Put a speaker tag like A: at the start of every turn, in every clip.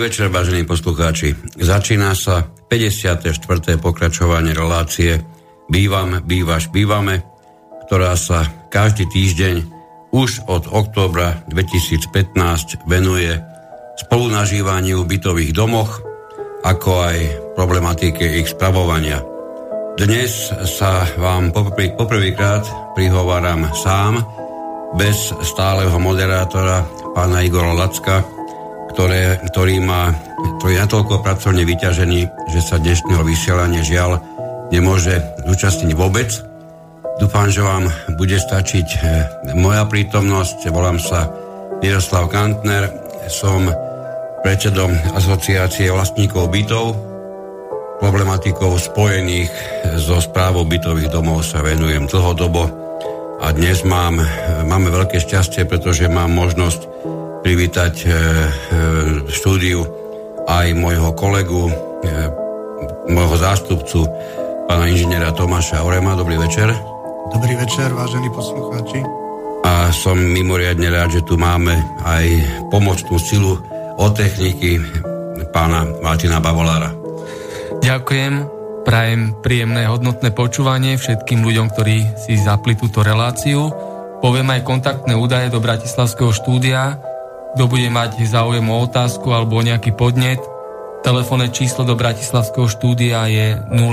A: večer, vážení poslucháči. Začína sa 54. pokračovanie relácie Bývam, bývaš, bývame, ktorá sa každý týždeň už od októbra 2015 venuje spolunažívaniu v bytových domoch, ako aj problematike ich spravovania. Dnes sa vám poprvýkrát prihováram sám, bez stáleho moderátora, pána Igora Lacka, ktorý je natoľko pracovne vyťažený, že sa dnešného vysielania žiaľ nemôže zúčastniť vôbec. Dúfam, že vám bude stačiť moja prítomnosť. Volám sa Miroslav Kantner, som predsedom Asociácie vlastníkov bytov. Problematikou spojených so správou bytových domov sa venujem dlhodobo a dnes máme veľké šťastie, pretože mám možnosť privítať v štúdiu aj môjho kolegu, môjho zástupcu, pána inžiniera Tomáša Orema. Dobrý večer.
B: Dobrý večer, vážení poslucháči.
A: A som mimoriadne rád, že tu máme aj pomocnú silu od techniky pána Martina Bavolára.
C: Ďakujem, prajem príjemné hodnotné počúvanie všetkým ľuďom, ktorí si zapli túto reláciu. Poviem aj kontaktné údaje do Bratislavského štúdia. Kto bude mať záujem o otázku alebo o nejaký podnet, telefónne číslo do Bratislavského štúdia je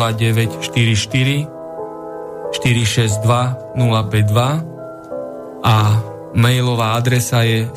C: 0944 462 052 a mailová adresa je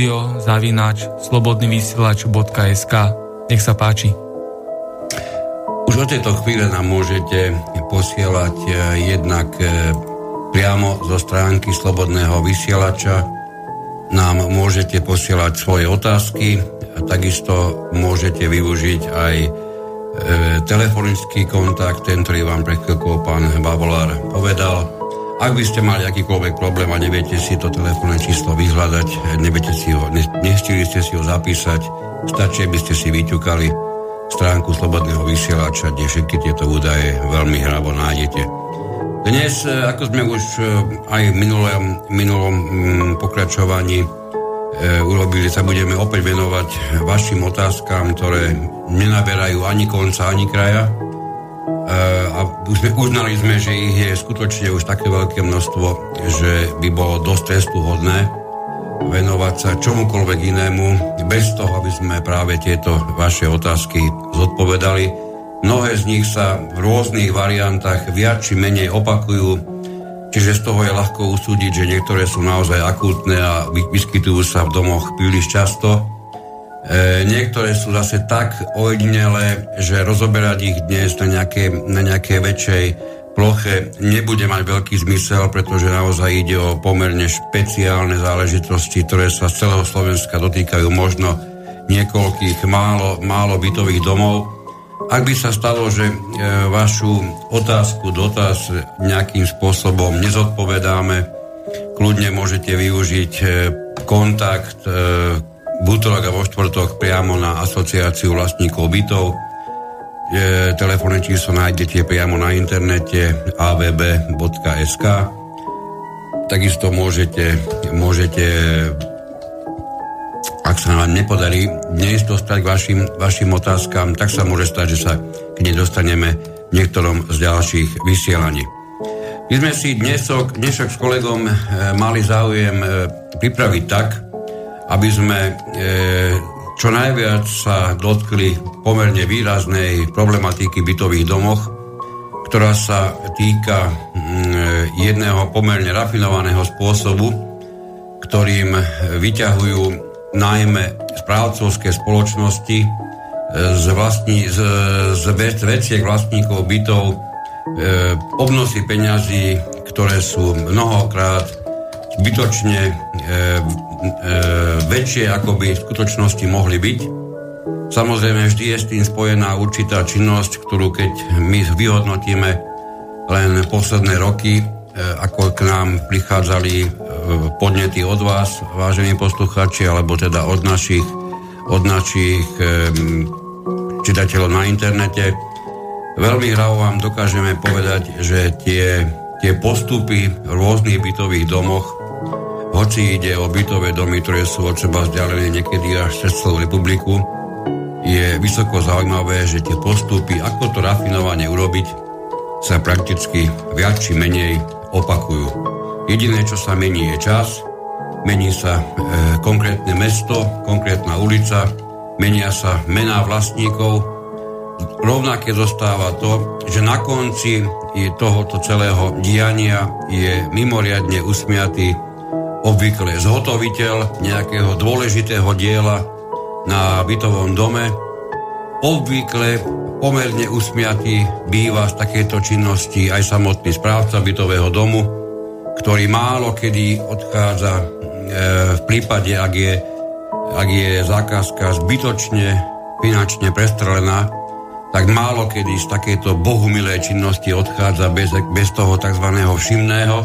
C: studio@slobodnyvysielac.sk. Nech sa páči.
A: Už od tejto chvíle nám môžete posielať jednak priamo zo stránky Slobodného vysielača. Nám môžete posielať svoje otázky a takisto môžete využiť aj telefonický kontakt, ten, ktorý vám pred chvíľkou pán Bavolár povedal. Ak by ste mali akýkoľvek problém a neviete si to telefónne číslo vyhľadať, nechceli ste si ho zapísať, stačí, by ste si vyťukali stránku Slobodného vysielača, kde všetky tieto údaje veľmi hravo nájdete. Dnes, ako sme už aj v minulom pokračovaní urobili, sa budeme opäť venovať vašim otázkam, ktoré nenaberajú ani konca, ani kraja. A uznali sme, že ich je skutočne už také veľké množstvo, že by bolo dosť trestuhodné venovať sa čomukoľvek inému, bez toho, aby sme práve tieto vaše otázky zodpovedali. Mnohé z nich sa v rôznych variantách viac či menej opakujú, čiže z toho je ľahko usúdiť, že niektoré sú naozaj akútne a vyskytujú sa v domoch príliš často. Niektoré sú zase tak ojedinelé, že rozoberať ich dnes na nejakej väčšej ploche nebude mať veľký zmysel, pretože naozaj ide o pomerne špeciálne záležitosti, ktoré sa z celého Slovenska dotýkajú možno niekoľkých málo bytových domov. Ak by sa stalo, že vašu otázku, dotaz nejakým spôsobom nezodpovedáme, kľudne môžete využiť kontakt v útorok a vo štvrtok priamo na Asociáciu vlastníkov bytov. Telefónne číslo nájdete priamo na internete avb.sk. Takisto môžete ak sa vám nepodarí dnes dostať k vašim otázkam, tak sa môže stať, že sa k nej dostaneme v niektorom z ďalších vysielaní. My sme si dnešok s kolegom mali záujem pripraviť tak, aby sme čo najviac sa dotkli pomerne výraznej problematiky v bytových domoch, ktorá sa týka jedného pomerne rafinovaného spôsobu, ktorým vyťahujú najmä správcovské spoločnosti z veciek vlastníkov bytov obnosy peňazí, ktoré sú mnohokrát zbytočne väčšie, ako by v skutočnosti mohli byť. Samozrejme, vždy je s tým spojená určitá činnosť, ktorú keď my vyhodnotíme len posledné roky, ako k nám prichádzali podnety od vás, vážení poslucháči, alebo teda od našich čitateľov na internete. Veľmi hravo vám dokážeme povedať, že tie postupy v rôznych bytových domoch, hoci ide o bytové domy, ktoré sú od seba vzdialené niekedy až cez celú republiku, je vysoko zaujímavé, že tie postupy, ako to rafinovanie urobiť, sa prakticky viac či menej opakujú. Jediné, čo sa mení, je čas, mení sa konkrétne mesto, konkrétna ulica, menia sa mená vlastníkov. Rovnaké zostáva to, že na konci tohoto celého diania je mimoriadne usmiatý obvykle zhotoviteľ nejakého dôležitého diela na bytovom dome. Obvykle pomerne usmiatý býva z takéto činnosti aj samotný správca bytového domu, ktorý málo kedy odchádza v prípade, ak je zákazka zbytočne finančne prestrelená, tak málo kedy z takéto bohumilej činnosti odchádza bez toho tzv. Všimného.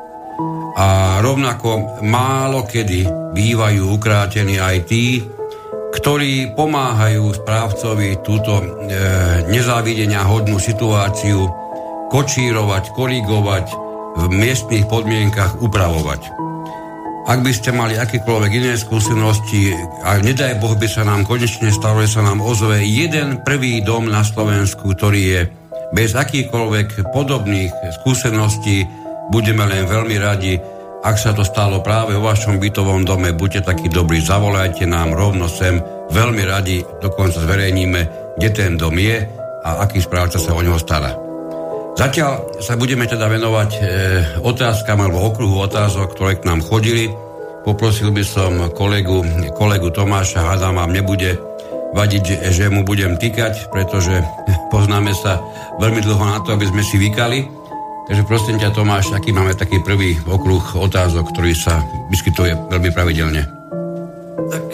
A: A rovnako málo kedy bývajú ukrátení aj tí, ktorí pomáhajú správcovi túto nezávidenia hodnú situáciu kočírovať, korigovať, v miestnych podmienkach upravovať. Ak by ste mali akékoľvek iné skúsenosti, a nedaj Boh by sa nám konečne stalo, že sa nám ozve jeden prvý dom na Slovensku, ktorý je bez akýchkoľvek podobných skúseností, budeme len veľmi radi. Ak sa to stalo práve vo vašom bytovom dome, buďte takí dobrí, zavolajte nám rovno sem. Veľmi radi dokonca zverejníme, kde ten dom je a aký správca sa o neho stará. Zatiaľ sa budeme teda venovať otázkam alebo okruhu otázok, ktoré k nám chodili. Poprosil by som kolegu Tomáša, hádam vám nebude vadiť, že mu budem tykať, pretože poznáme sa veľmi dlho na to, aby sme si vykali. Takže prosím ťa, Tomáš, aký máme taký prvý okruh otázok, ktorý sa vyskytuje veľmi pravidelne?
B: Tak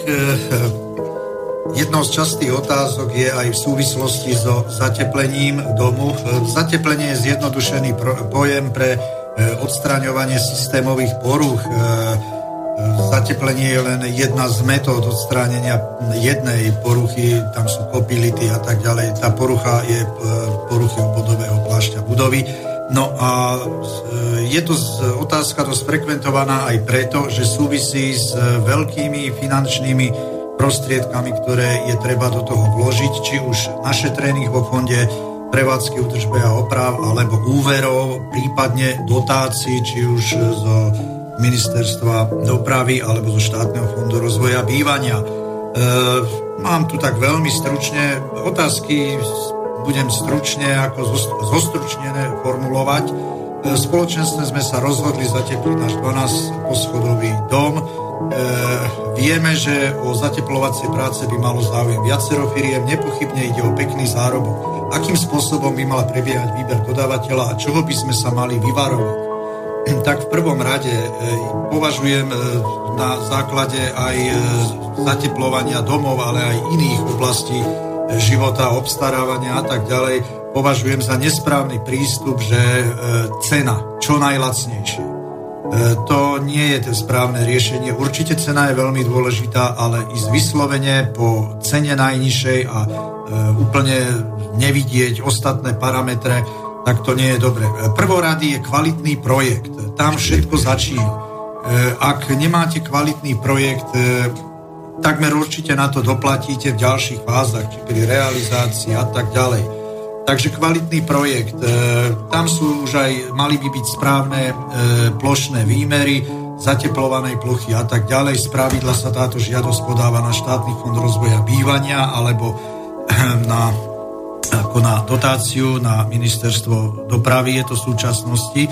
B: jednou z častých otázok je aj v súvislosti so zateplením domu. Zateplenie je zjednodušený pojem pre odstraňovanie systémových porúch. Zateplenie je len jedna z metód odstránenia jednej poruchy, tam sú kopility a tak ďalej. Tá porucha je poruchy obvodového plášťa budovy. No a je to otázka dosť frekventovaná aj preto, že súvisí s veľkými finančnými prostriedkami, ktoré je treba do toho vložiť, či už našetrených vo fonde prevádzky, údržby a oprav, alebo úverov, prípadne dotácií, či už zo ministerstva dopravy alebo zo štátneho fondu rozvoja bývania. Mám tu tak veľmi stručne otázky, budem stručne ako zostručnené formulovať. V spoločenstve sme sa rozhodli zatepliť náš 12-poschodový dom. Vieme, že o zateplovacie práce by malo záujem viacero firiem. Nepochybne ide o pekný zárobok. Akým spôsobom by mal prebiehať výber dodávateľa a čoho by sme sa mali vyvarovať? Tak v prvom rade považujem na základe aj zateplovania domov, ale aj iných oblastí života, obstarávania a tak ďalej, považujem za nesprávny prístup, že cena, čo najlacnejšie. To nie je to správne riešenie. Určite cena je veľmi dôležitá, ale ísť vyslovene po cene najnižšej a úplne nevidieť ostatné parametre, tak to nie je dobre. Prvorady je kvalitný projekt. Tam všetko začína. Ak nemáte kvalitný projekt, takmer určite na to doplatíte v ďalších fázach, či pri realizácii a tak ďalej. Takže kvalitný projekt, tam sú už aj, mali by byť správne plošné výmery, zateplovanej plochy a tak ďalej. Spravidla sa táto žiadosť podáva na štátny fond rozvoja bývania alebo ako na dotáciu na ministerstvo dopravy, je to v súčasnosti.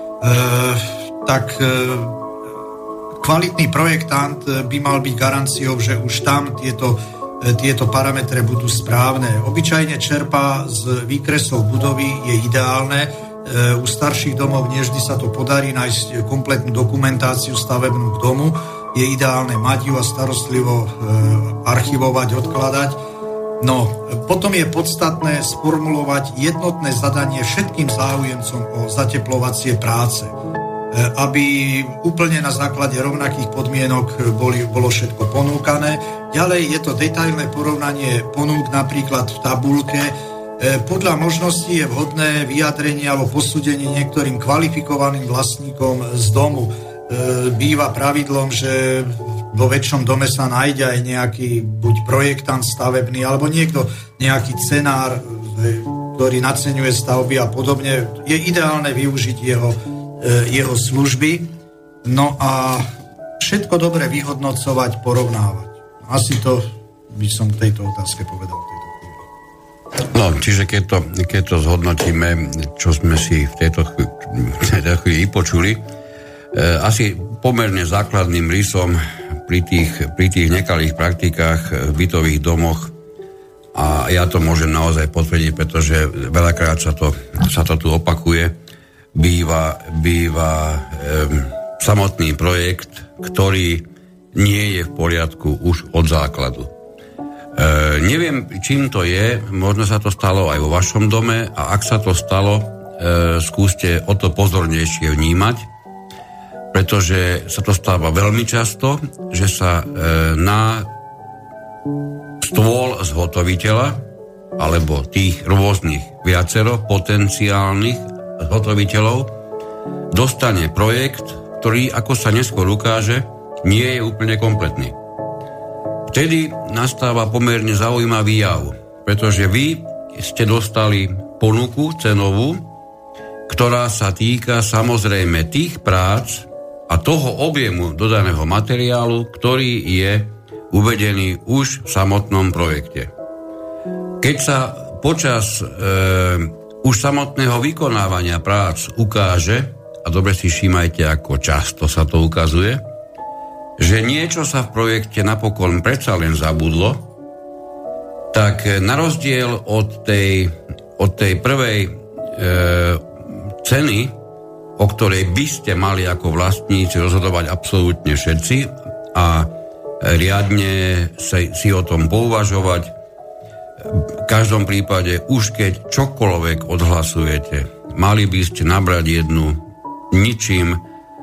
B: Kvalitný projektant by mal byť garanciou, že už tam tieto parametre budú správne. Obyčajne čerpá z výkresov budovy, je ideálne. U starších domov nevždy sa to podarí nájsť kompletnú dokumentáciu stavebnú k domu. Je ideálne mať ju a starostlivo archivovať, odkladať. No, potom je podstatné sformulovať jednotné zadanie všetkým záujemcom o zateplovacie práce, aby úplne na základe rovnakých podmienok bolo všetko ponúkané. Ďalej je to detailné porovnanie ponúk napríklad v tabuľke. Podľa možností je vhodné vyjadrenie alebo posúdenie niektorým kvalifikovaným vlastníkom z domu. Býva pravidlom, že vo väčšom dome sa nájde aj nejaký buď projektant stavebný, alebo niekto, nejaký cenár, ktorý naceňuje stavby a podobne. Je ideálne využiť jeho služby. No a všetko dobre vyhodnocovať, porovnávať. Asi to by som k tejto otázke povedal.
A: No, čiže keď to zhodnotíme, čo sme si v tejto chvíli počuli, asi pomerne základným rysom pri tých nekalých praktikách v bytových domoch, a ja to môžem naozaj potvrdiť, pretože veľakrát sa to tu opakuje, býva samotný projekt, ktorý nie je v poriadku už od základu. Neviem, čím to je, možno sa to stalo aj vo vašom dome, a ak sa to stalo, skúste o to pozornejšie vnímať, pretože sa to stáva veľmi často, že sa na stôl zhotoviteľa alebo tých rôznych viacero potenciálnych zhotoviteľov dostane projekt, ktorý, ako sa neskôr ukáže, nie je úplne kompletný. Vtedy nastáva pomerne zaujímavý jav, pretože vy ste dostali ponuku cenovú, ktorá sa týka samozrejme tých prác a toho objemu dodaného materiálu, ktorý je uvedený už v samotnom projekte. Keď sa počas už samotného vykonávania prác ukáže, a dobre si všímajte, ako často sa to ukazuje, že niečo sa v projekte napokon predsa len zabudlo, tak na rozdiel od tej prvej ceny, o ktorej by ste mali ako vlastníci rozhodovať absolútne všetci a riadne si o tom pouvažovať, v každom prípade už keď čokoľvek odhlasujete, mali by ste nabrať jednu ničím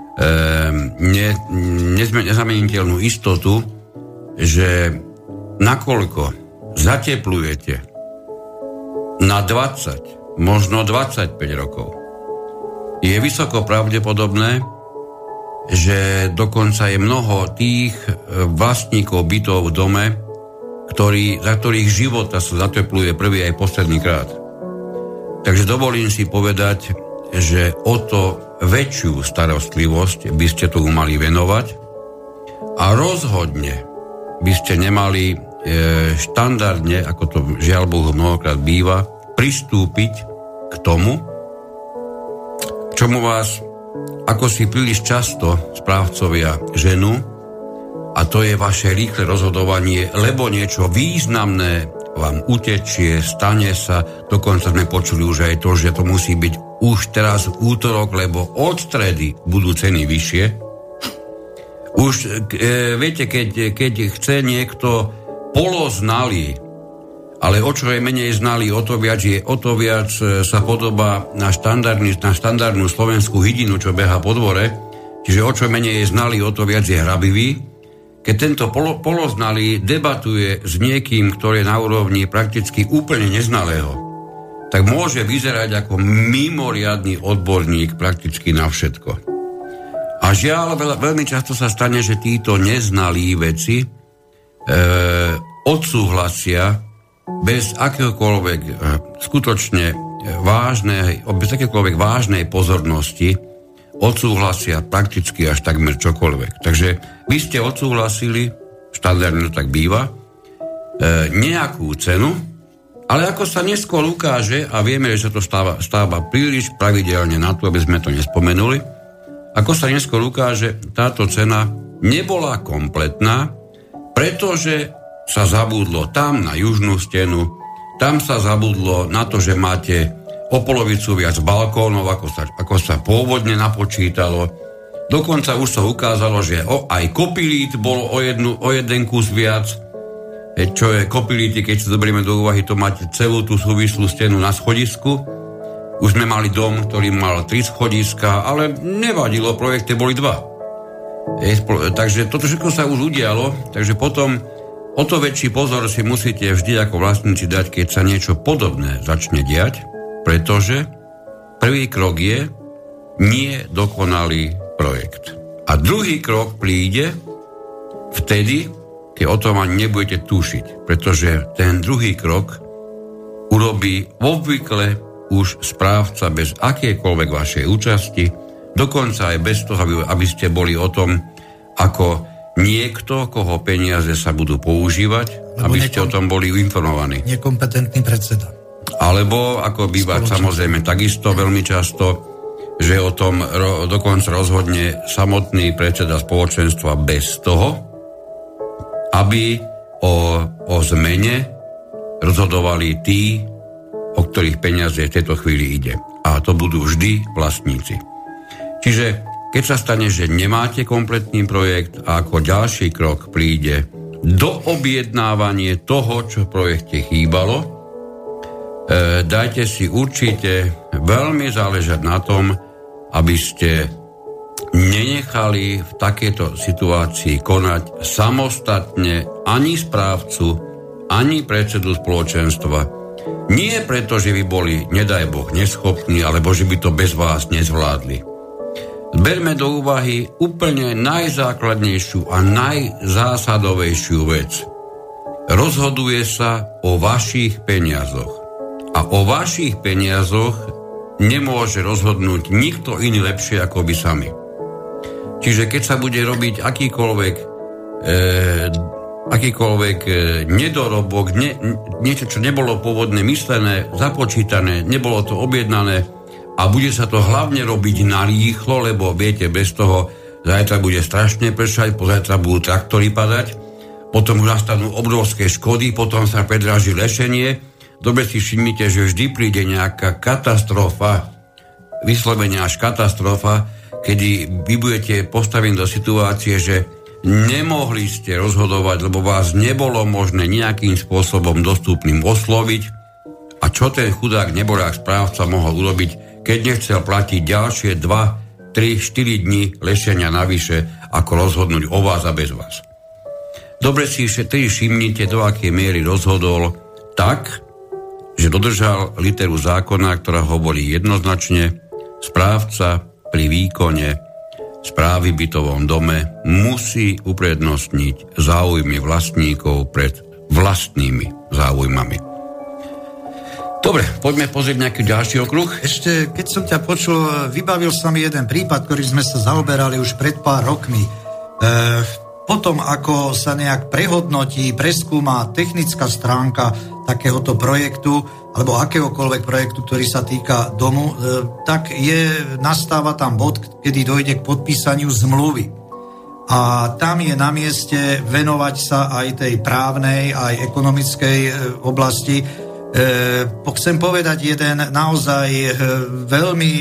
A: nezameniteľnú istotu, že nakoľko zateplujete na 20, možno 25 rokov, je vysoko pravdepodobné, že dokonca je mnoho tých vlastníkov bytov v dome, za ktorých života sa zatepluje prvý aj posledný krát. Takže dovolím si povedať, že o to väčšiu starostlivosť by ste tu mali venovať a rozhodne by ste nemali štandardne, ako to žiaľ Bohu mnohokrát býva, pristúpiť k tomu, k čomu vás ako si príliš často správcovia ženú, a to je vaše rýchle rozhodovanie, lebo niečo významné vám utečie, stane sa, dokonca sme počuli už aj to, že to musí byť už teraz v útorok, lebo od stredy budú ceny vyššie. Už viete, keď chce niekto poloznalý, ale o čo je menej znalý, o to viac sa podobá na štandardnú slovenskú hydinu, čo beha po dvore, čiže o čo menej je znalý, o to viac je hrabivý. Keď tento poloznalý debatuje s niekým, ktorý je na úrovni prakticky úplne neznalého, tak môže vyzerať ako mimoriadny odborník prakticky na všetko. A žiaľ, veľmi často sa stane, že títo neznalí veci odsúhlasia bez akéhokoľvek skutočne bez akéhokoľvek vážnej pozornosti, odsúhlasia prakticky až takmer čokoľvek. Takže vy ste odsúhlasili, štandardne tak býva, nejakú cenu, ale ako sa neskôr ukáže, a vieme, že sa to stáva príliš pravidelne na to, aby sme to nespomenuli, ako sa neskôr ukáže, táto cena nebola kompletná, pretože sa zabudlo tam na južnú stenu, tam sa zabudlo na to, že máte o polovicu viac balkónov, ako sa pôvodne napočítalo. Dokonca už sa ukázalo, že aj kopilít bol o jeden kus viac. Čo je kopilíty, keď sa zoberieme do úvahy, to máte celú tú súvislú stenu na schodisku. Už sme mali dom, ktorý mal 3 schodiska, ale nevadilo, projekte boli 2. Takže toto všetko sa už udialo, takže potom o to väčší pozor si musíte vždy ako vlastníci dať, keď sa niečo podobné začne diať, pretože prvý krok je nie dokonalý projekt. A druhý krok príde, vtedy, keď o tom ani nebudete tušiť, pretože ten druhý krok urobí obvykle už správca bez akékoľvek vašej účasti, dokonca aj bez toho, aby ste boli o tom, ako niekto, koho peniaze sa budú používať, aby ste o tom boli informovaní.
B: Nekompetentný predseda.
A: Alebo, ako býva samozrejme takisto veľmi často, že o tom dokonca rozhodne samotný predseda spoločenstva bez toho, aby o zmene rozhodovali tí, o ktorých peniaze v tejto chvíli ide. A to budú vždy vlastníci. Čiže keď sa stane, že nemáte kompletný projekt a ako ďalší krok príde doobjednávanie toho, čo v projekte chýbalo, dajte si určite veľmi záležať na tom, aby ste nenechali v takejto situácii konať samostatne ani správcu, ani predsedu spoločenstva. Nie preto, že by boli, nedaj Boh, neschopní, alebo že by to bez vás nezvládli. Berme do úvahy úplne najzákladnejšiu a najzásadovejšiu vec. Rozhoduje sa o vašich peniazoch. A o vašich peniazoch nemôže rozhodnúť nikto iný lepšie ako vy sami. Čiže keď sa bude robiť akýkoľvek nedorobok, niečo, čo nebolo pôvodne myslené, započítané, nebolo to objednané a bude sa to hlavne robiť na rýchlo, lebo viete, bez toho zajtra bude strašne pršať, pozajtra budú traktory padať, potom už nastanú obrovské škody, potom sa predraží lešenie. Dobre si všimnite, že vždy príde nejaká katastrofa, vyslovene až katastrofa, kedy vy budete postavení do situácie, že nemohli ste rozhodovať, lebo vás nebolo možné nejakým spôsobom dostupným osloviť. A čo ten chudák neborák správca mohol urobiť, keď nechcel platiť ďalšie 2, 3, 4 dni lešenia navyše, ako rozhodnúť o vás a bez vás. Dobre si všimnite, do akej miery rozhodol tak, že dodržal literu zákona, ktorá hovorí jednoznačne, správca pri výkone správy v bytovom dome musí uprednostniť záujmy vlastníkov pred vlastnými záujmami. Dobre, poďme pozrieť nejaký ďalší okruh.
B: Ešte, keď som ťa počul, vybavil sa mi jeden prípad, ktorý sme sa zaoberali už pred pár rokmi. Potom, ako sa nejak prehodnotí, preskúma technická stránka takéhoto projektu, alebo akéhokoľvek projektu, ktorý sa týka domu, tak nastáva tam bod, kedy dojde k podpísaniu zmluvy. A tam je na mieste venovať sa aj tej právnej, aj ekonomickej oblasti. Chcem povedať jeden naozaj veľmi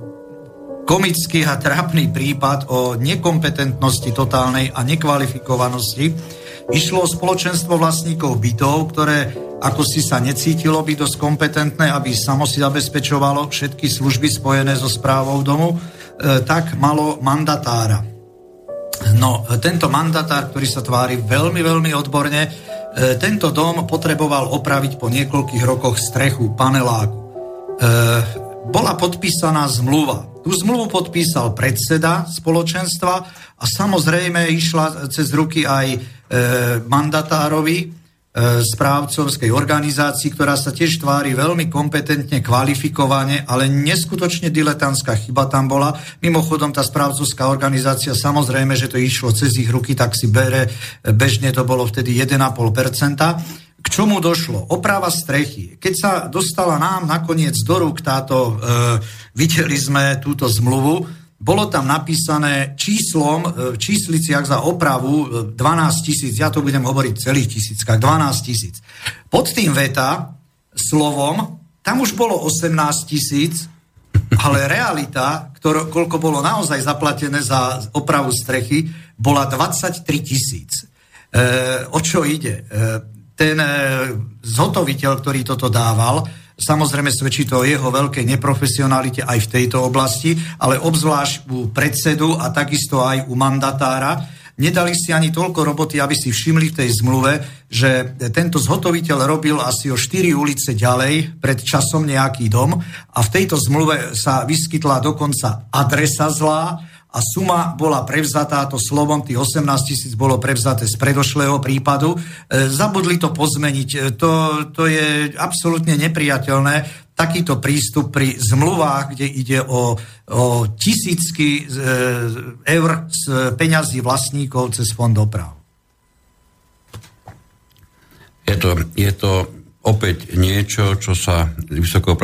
B: komický a trápny prípad o nekompetentnosti totálnej a nekvalifikovanosti. Išlo o spoločenstvo vlastníkov bytov, ktoré ako si sa necítilo byť dosť kompetentné, aby samo si zabezpečovalo všetky služby spojené so správou domu, tak malo mandatára. No, tento mandatár, ktorý sa tvári veľmi, veľmi odborne, tento dom potreboval opraviť po niekoľkých rokoch strechu, paneláku. Bola podpísaná zmluva. Tú zmluvu podpísal predseda spoločenstva a samozrejme išla cez ruky aj mandatárovi, správcovskej organizácii, ktorá sa tiež tvári veľmi kompetentne, kvalifikovane, ale neskutočne diletantská chyba tam bola. Mimochodom, tá správcovská organizácia, samozrejme, že to išlo cez ich ruky, tak si bere, bežne to bolo vtedy 1,5%. K čomu došlo? Oprava strechy. Keď sa dostala nám nakoniec do rúk táto, videli sme túto zmluvu, bolo tam napísané čísliciach za opravu 12 000, ja to budem hovoriť celých tisíckach, 12 000. Pod tým veta, slovom, tam už bolo 18 000, ale realita, koľko bolo naozaj zaplatené za opravu strechy, bola 23 000. O čo ide? Ten zhotoviteľ, ktorý toto dával, samozrejme svedčí to o jeho veľkej neprofesionalite aj v tejto oblasti, ale obzvlášť u predsedu a takisto aj u mandatára. Nedali si ani toľko roboty, aby si všimli v tej zmluve, že tento zhotoviteľ robil asi o 4 ulice ďalej pred časom nejaký dom a v tejto zmluve sa vyskytla dokonca adresa zlá a suma bola prevzatá, to slovom, tých 18 000 bolo prevzaté z predošlého prípadu. Zabudli to pozmeniť. To je absolútne nepriateľné. Takýto prístup pri zmluvách, kde ide o tisícky eur z peňazí vlastníkov cez fond oprav.
A: Je to opäť niečo, čo sa vysokou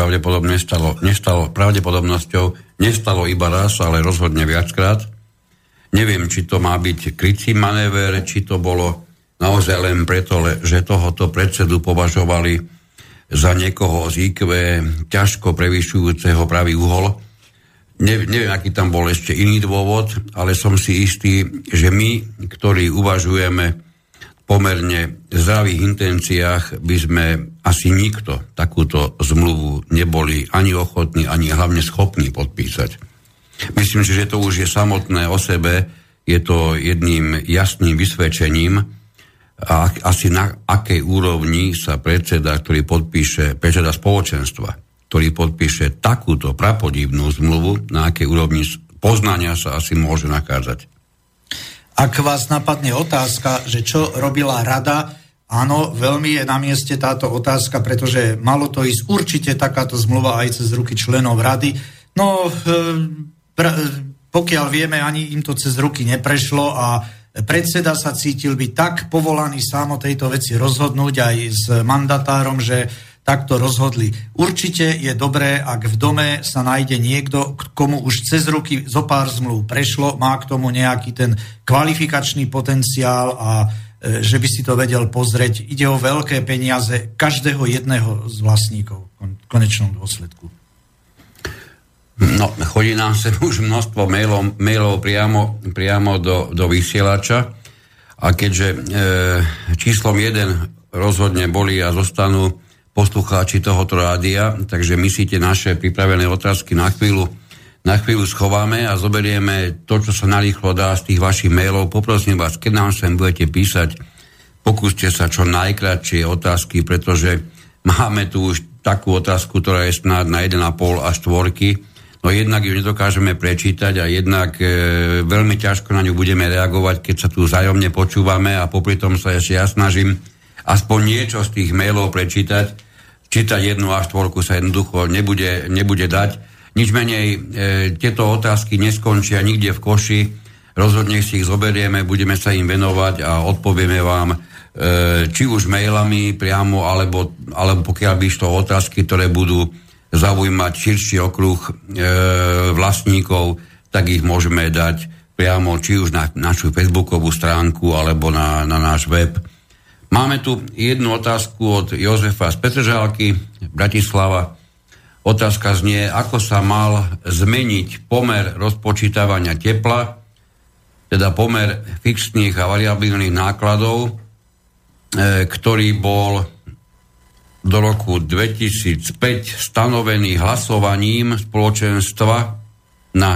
A: pravdepodobnosťou nestalo iba raz, ale rozhodne viackrát. Neviem, či to má byť krycí manéver, či to bolo naozaj len preto, že tohoto predsedu považovali za niekoho z IQ ťažko prevyšujúceho pravý uhol. Neviem, aký tam bol ešte iný dôvod, ale som si istý, že my, ktorí uvažujeme pomerne zdravých intenciách, by sme asi nikto takúto zmluvu neboli ani ochotní, ani hlavne schopní podpísať. Myslím si, že to už je samotné o sebe, je to jedným jasným vysvedčením, a asi na akej úrovni sa predseda spoločenstva, ktorý podpíše takúto prapodivnú zmluvu, na akej úrovni poznania sa asi môže nachádzať.
B: Ak vás napadne otázka, že čo robila rada, áno, veľmi je na mieste táto otázka, pretože malo to ísť určite takáto zmluva aj cez ruky členov rady. No, pokiaľ vieme, ani im to cez ruky neprešlo a predseda sa cítil byť tak povolaný sám o tejto veci rozhodnúť aj s mandatárom, že takto rozhodli. Určite je dobré, ak v dome sa nájde niekto, komu už cez ruky zo pár zmluv prešlo, má k tomu nejaký ten kvalifikačný potenciál a že by si to vedel pozrieť. Ide o veľké peniaze každého jedného z vlastníkov v konečnom dôsledku.
A: No, chodí nám sem už množstvo mailov priamo do vysielača a keďže číslom 1 rozhodne boli a zostanú poslucháči tohoto rádia, takže myslíte naše pripravené otázky na chvíľu schováme a zoberieme to, čo sa narýchlo dá z tých vašich mailov. Poprosím vás, keď nám sem budete písať, pokúste sa čo najkratšie otázky, pretože máme tu už takú otázku, ktorá je snáď na 1,5 až 4. No jednak ju nedokážeme prečítať a jednak veľmi ťažko na ňu budeme reagovať, keď sa tu vzájomne počúvame a popri tom sa ešte ja snažím aspoň niečo z tých mailov prečítať. Čítať 1 až 4 sa jednoducho nebude dať. Nič menej, tieto otázky neskončia nikde v koši. Rozhodne si ich zoberieme, budeme sa im venovať a odpovieme vám či už mailami priamo, alebo pokiaľ by išlo otázky, ktoré budú zaujímať širší okruh vlastníkov, tak ich môžeme dať priamo či už na našu facebookovú stránku alebo na náš web. Máme tu jednu otázku od Jozefa z Petržalky, Bratislava. Otázka znie, ako sa mal zmeniť pomer rozpočítavania tepla, teda pomer fixných a variabilných nákladov, ktorý bol do roku 2005 stanovený hlasovaním spoločenstva na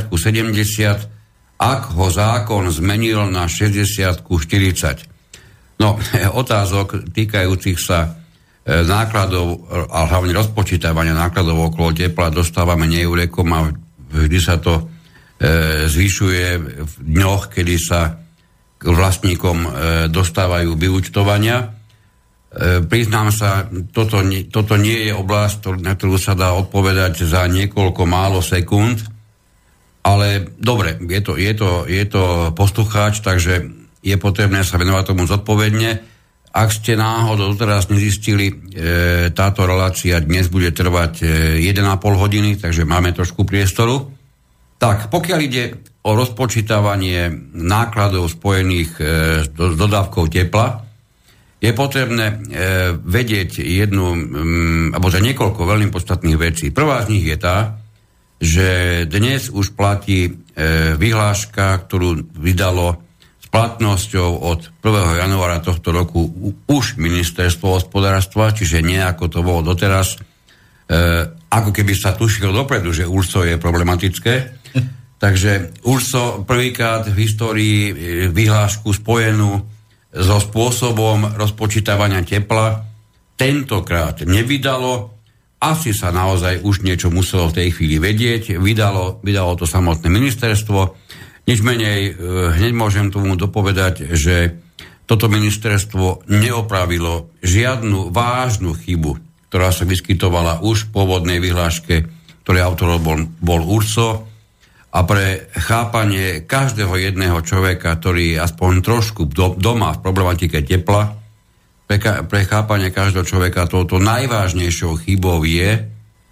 A: 30:70, ak ho zákon zmenil na 60:40. No, otázok týkajúcich sa nákladov a hlavne rozpočítavania nákladov okolo tepla dostávame neúrekom a vždy sa to zvyšuje v dňoch, kedy sa k vlastníkom dostávajú vyúčtovania. Priznám sa, toto nie je oblasť, na ktorú sa dá odpovedať za niekoľko málo sekúnd, ale dobre, je to poslucháč, takže je potrebné sa venovať tomu zodpovedne. Ak ste náhodou teraz nezistili, táto relácia dnes bude trvať 1,5 hodiny, takže máme trošku priestoru. Tak, pokiaľ ide o rozpočítavanie nákladov spojených s dodávkou tepla, je potrebné vedieť niekoľko veľmi podstatných vecí. Prvá z nich je tá, že dnes už platí vyhláška, ktorú vydalo platnosťou od 1. januára tohto roku už ministerstvo hospodárstva, čiže nie ako to bolo doteraz, ako keby sa tušilo dopredu, že URSO je problematické. Takže URSO prvýkrát v histórii vyhlášku spojenú so spôsobom rozpočítavania tepla tentokrát nevydalo asi sa naozaj už niečo muselo v tej chvíli vedieť. Vydalo to samotné ministerstvo. Nič menej, hneď môžem tomu dopovedať, že toto ministerstvo neopravilo žiadnu vážnu chybu, ktorá sa vyskytovala už v pôvodnej vyhláške, ktoré autorom bol URSO. A pre chápanie každého jedného človeka, ktorý je aspoň trošku doma v problematike tepla, pre chápanie každého človeka touto najvážnejšou chybou je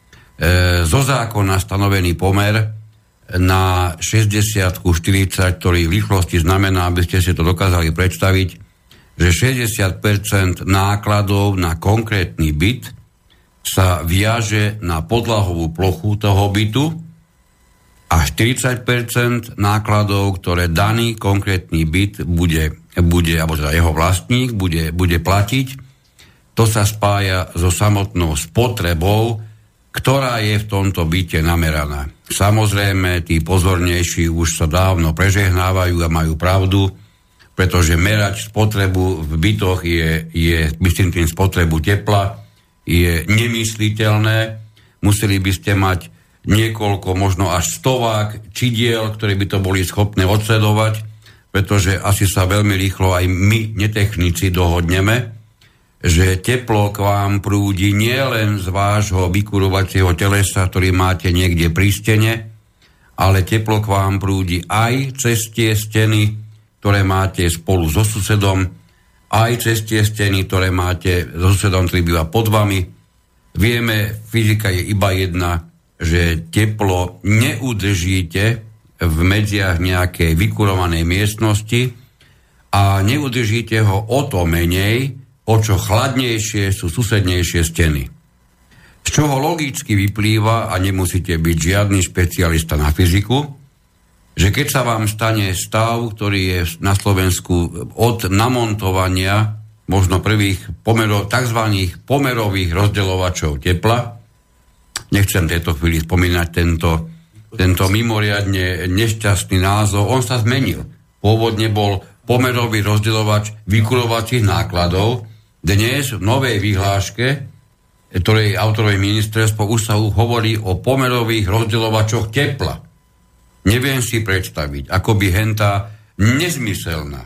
A: zo zákona stanovený pomer na 60:40, ktorý v rýchlosti znamená, aby ste si to dokázali predstaviť, že 60% nákladov na konkrétny byt sa viaže na podlahovú plochu toho bytu a 40% nákladov, ktoré daný konkrétny byt bude alebo teda jeho vlastník bude platiť, to sa spája so samotnou spotrebou, ktorá je v tomto byte nameraná. Samozrejme, tí pozornejší už sa dávno prežehnávajú a majú pravdu, pretože merať spotrebu v bytoch je myslím tým spotrebu tepla, je nemysliteľné. Museli by ste mať niekoľko, možno až stovák čidiel, ktoré by to boli schopné odsledovať, pretože asi sa veľmi rýchlo aj my, netechnici, dohodneme, že teplo k vám prúdi nielen z vášho vykurovacieho telesa, ktorý máte niekde pri stene, ale teplo k vám prúdi aj cez tie steny, ktoré máte spolu so susedom, aj cez tie steny, ktoré máte so susedom, ktorý býva pod vami. Vieme, fyzika je iba jedna, že teplo neudržíte v medziach nejakej vykurovanej miestnosti a neudržíte ho o to menej, o čo chladnejšie sú susednejšie steny. Z čoho logicky vyplýva, a nemusíte byť žiadny špecialista na fyziku, že keď sa vám stane stav, ktorý je na Slovensku od namontovania možno prvých tzv. Pomerových rozdeľovačov tepla, nechcem v tejto chvíli spomínať tento mimoriadne nešťastný názov, on sa zmenil. Pôvodne bol pomerový rozdeľovač vykurovacích nákladov. Dnes v novej vyhláške, ktorej autorové ministerstvo už sa hovorí o pomerových rozdeľovačoch tepla. Neviem si predstaviť, ako by hentá nezmyselná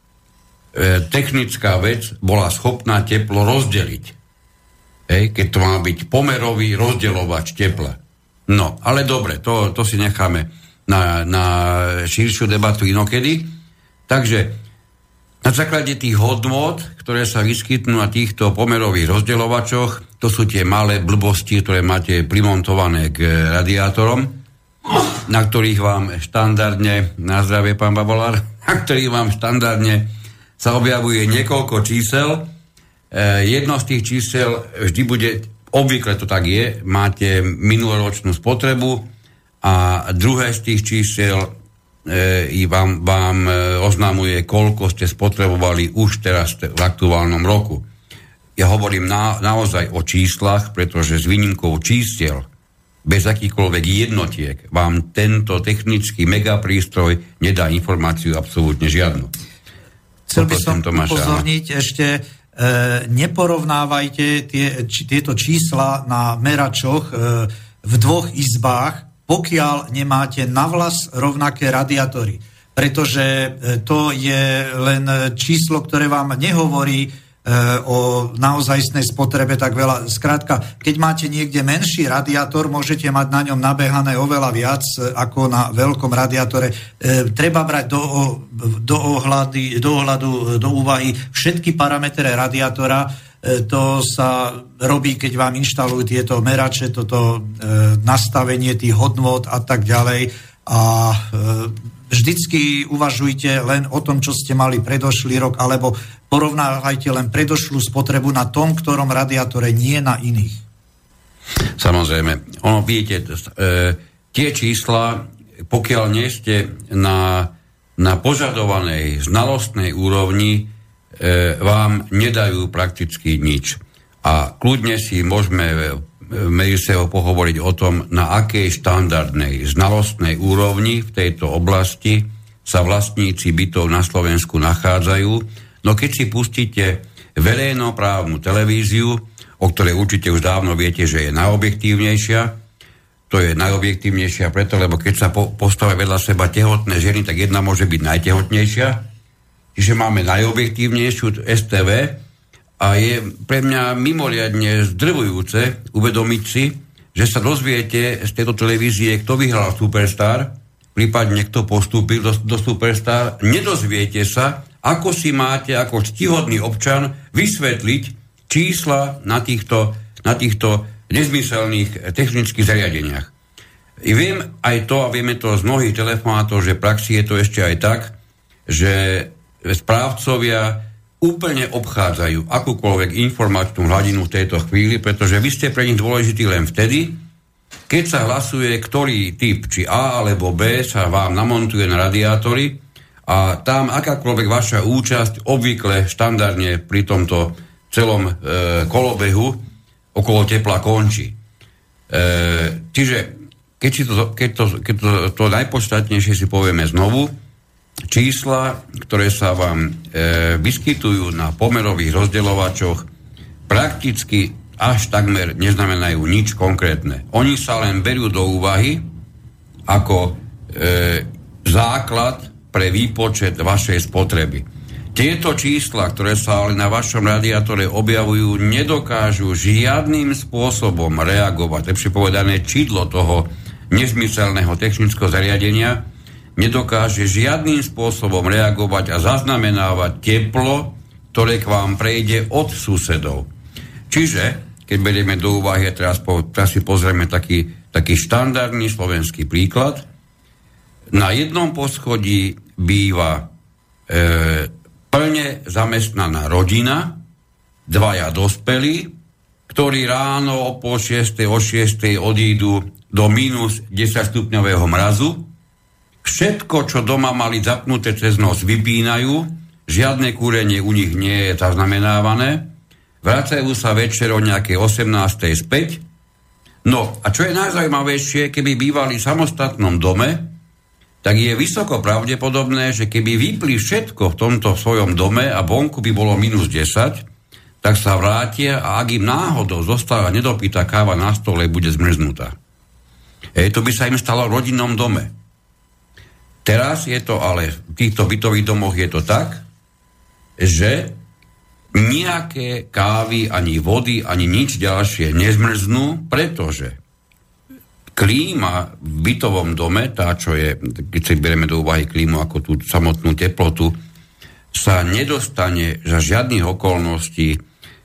A: technická vec bola schopná teplo rozdeliť. Keď to má byť pomerový rozdeľovač tepla. No, ale dobre, to si necháme na širšiu debatu inokedy. Takže na základe tých hodnôt, ktoré sa vyskytnú na týchto pomerových rozdeľovačoch, to sú tie malé blbosti, ktoré máte primontované k radiátorom, na ktorých vám štandardne, na zdravie pán Babolár, na ktorých vám štandardne sa objavuje niekoľko čísel. Jedno z tých čísel vždy bude, obvykle to tak je, máte minuloročnú spotrebu a druhé z tých čísel vám oznamuje, koľko ste spotrebovali už teraz v aktuálnom roku. Ja hovorím naozaj o číslach, pretože s výnimkou čísiel, bez akýchkoľvek jednotiek, vám tento technický megaprístroj nedá informáciu absolútne žiadnu.
B: Chcel by som upozorniť ešte, neporovnávajte tieto čísla na meračoch v dvoch izbách, pokiaľ nemáte navlas rovnaké radiátory. Pretože to je len číslo, ktoré vám nehovorí o naozajstnej spotrebe tak veľa. Skrátka, keď máte niekde menší radiátor, môžete mať na ňom nabehané oveľa viac ako na veľkom radiátore. Treba brať do úvahy všetky parametre radiátora. To sa robí, keď vám inštalujú tieto merače, toto nastavenie tých hodnôt a tak ďalej. A vždycky uvažujte len o tom, čo ste mali predošlý rok, alebo porovnávajte len predošlú spotrebu na tom, ktorom radiátore, nie na iných.
A: Samozrejme. Vidíte, tie čísla, pokiaľ nie ste na požadovanej znalostnej úrovni, vám nedajú prakticky nič. A kľudne si môžeme Meriseo pohovoriť o tom, na akej štandardnej znalostnej úrovni v tejto oblasti sa vlastníci bytov na Slovensku nachádzajú. No keď si pustíte verejnoprávnu televíziu, o ktorej určite už dávno viete, že je najobjektívnejšia. To je najobjektívnejšia preto, lebo keď sa postavia vedľa seba tehotné ženy, tak jedna môže byť najtehotnejšia. Čiže máme najobjektívnejšiu STV a je pre mňa mimoriadne zdrvujúce uvedomiť si, že sa dozviete z tejto televízie, kto vyhral Superstar, prípadne kto postúpil do Superstar. Nedozviete sa, ako si máte ako ctihodný občan vysvetliť čísla na týchto nezmyselných technických zariadeniach. I viem aj to, a vieme to z mnohých telefonátov, že v praxi je to ešte aj tak, že správcovia úplne obchádzajú akúkoľvek informačnú hladinu v tejto chvíli, pretože vy ste pre nich dôležití len vtedy, keď sa hlasuje, ktorý typ, či A alebo B, sa vám namontuje na radiátory a tam akákoľvek vaša účasť obvykle štandardne pri tomto celom kolobehu okolo tepla končí. Čiže keď to najpodstatnejšie si povieme znovu, čísla, ktoré sa vám vyskytujú na pomerových rozdeľovačoch, prakticky až takmer neznamenajú nič konkrétne. Oni sa len berú do úvahy ako základ pre výpočet vašej spotreby. Tieto čísla, ktoré sa ale na vašom radiátore objavujú, nedokážu žiadnym spôsobom reagovať, lepšie povedané, čidlo toho nezmyselného technického zariadenia nedokáže žiadnym spôsobom reagovať a zaznamenávať teplo, ktoré k vám prejde od susedov. Čiže, keď berieme do úvahy, teraz si pozrieme taký štandardný slovenský príklad, na jednom poschodí býva plne zamestnaná rodina, dvaja dospelí, ktorí ráno o 5:30, o 6:00 odídu do minus 10 stupňového mrazu. Všetko, čo doma mali zapnuté cez noc, vypínajú, žiadne kúrenie u nich nie je zaznamenávané, vracajú sa večer o nejakej 18:00 späť. No a čo je najzaujímavejšie, keby bývali v samostatnom dome, tak je vysoko pravdepodobné, že keby vypli všetko v tomto svojom dome a vonku by bolo minus 10, tak sa vrátia a ak im náhodou zostáva nedopitá káva na stole, bude zmrznutá. To by sa im stalo v rodinnom dome. Teraz je to ale, v týchto bytových domoch je to tak, že nejaké kávy, ani vody, ani nič ďalšie nezmrznú, pretože klíma v bytovom dome, tá, čo je, keď si berieme do úvahy klímu ako tú samotnú teplotu, sa nedostane za žiadnych okolností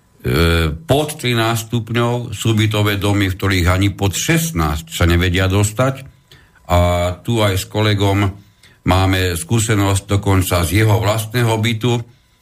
A: pod 13 stupňov. Sú bytové domy, v ktorých ani pod 16 sa nevedia dostať. A tu aj s kolegom máme skúsenosť dokonca z jeho vlastného bytu,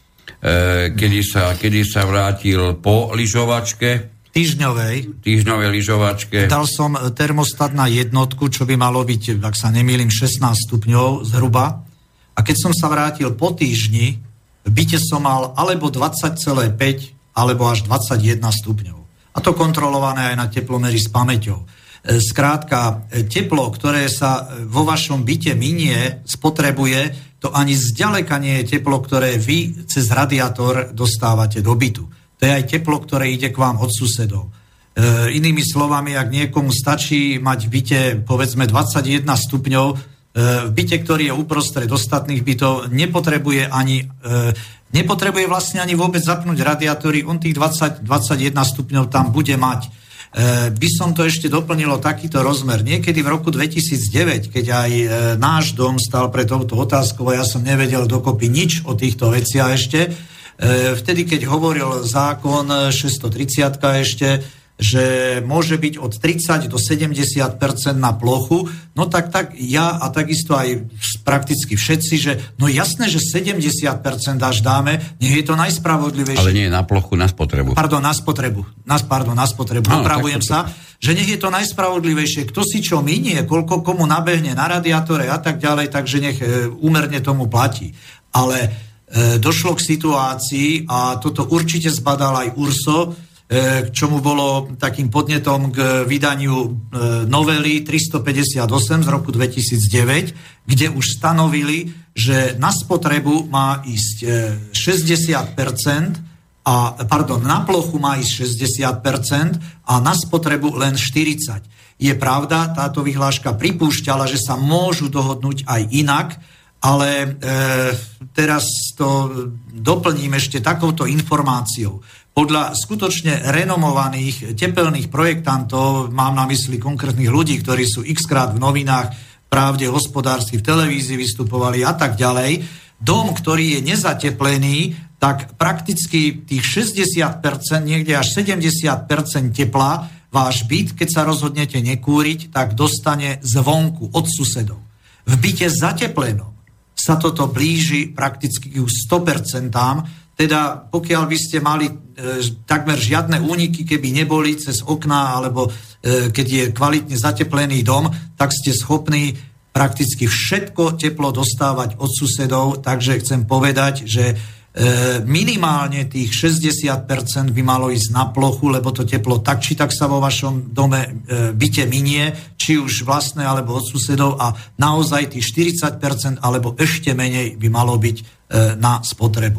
A: kedy sa vrátil po lyžovačke, týždňovej lyžovačke.
B: Dal som termostat na jednotku, čo by malo byť, ak sa nemýlim, 16 stupňov zhruba. A keď som sa vrátil po týždni, v byte som mal alebo 20,5 alebo až 21 stupňov. A to kontrolované aj na teplomery s pamäťou. Skrátka, teplo, ktoré sa vo vašom byte minie, spotrebuje, to ani zďaleka nie je teplo, ktoré vy cez radiátor dostávate do bytu. To je aj teplo, ktoré ide k vám od susedov. Inými slovami, ak niekomu stačí mať v byte povedzme 21 stupňov, v byte, ktorý je uprostred ostatných bytov, nepotrebuje vlastne ani vôbec zapnúť radiátory, on tých 20-21 stupňov tam bude mať. By som to ešte doplnilo takýto rozmer. Niekedy v roku 2009, keď aj náš dom stal pred touto otázkou a ja som nevedel dokopy nič o týchto veciach ešte, vtedy, keď hovoril zákon 630 ešte, že môže byť od 30 do 70% na plochu, no tak ja a takisto aj prakticky všetci, že no jasné, že 70% až dáme, nech je to najspravodlivejšie.
A: Ale nie na plochu, na spotrebu.
B: Na spotrebu. Opravujem sa, že nech je to najspravodlivejšie. Kto si čo minie, koľko komu nabehne na radiátore a tak ďalej, takže nech úmerne tomu platí. Ale došlo k situácii, a toto určite zbadal aj URSO, k čomu bolo takým podnetom k vydaniu novely 358 z roku 2009, kde už stanovili, že na spotrebu má ísť 60% na plochu má ísť 60% a na spotrebu len 40%. Je pravda, táto vyhláška pripúšťala, že sa môžu dohodnúť aj inak, ale teraz to doplním ešte takouto informáciou. Podľa skutočne renomovaných tepelných projektantov, mám na mysli konkrétnych ľudí, ktorí sú x-krát v novinách, Pravde, Hospodársky, v televízii vystupovali a tak ďalej, dom, ktorý je nezateplený, tak prakticky tých 60%, niekde až 70% tepla váš byt, keď sa rozhodnete nekúriť, tak dostane zvonku od susedov. V byte zateplenom sa toto blíži prakticky k 100%, teda pokiaľ by ste mali takmer žiadne úniky, keby neboli cez okná, alebo keď je kvalitne zateplený dom, tak ste schopní prakticky všetko teplo dostávať od susedov, takže chcem povedať, že minimálne tých 60% by malo ísť na plochu, lebo to teplo tak či tak sa vo vašom dome byte minie, či už vlastné alebo od susedov, a naozaj tých 40% alebo ešte menej by malo byť na spotrebu.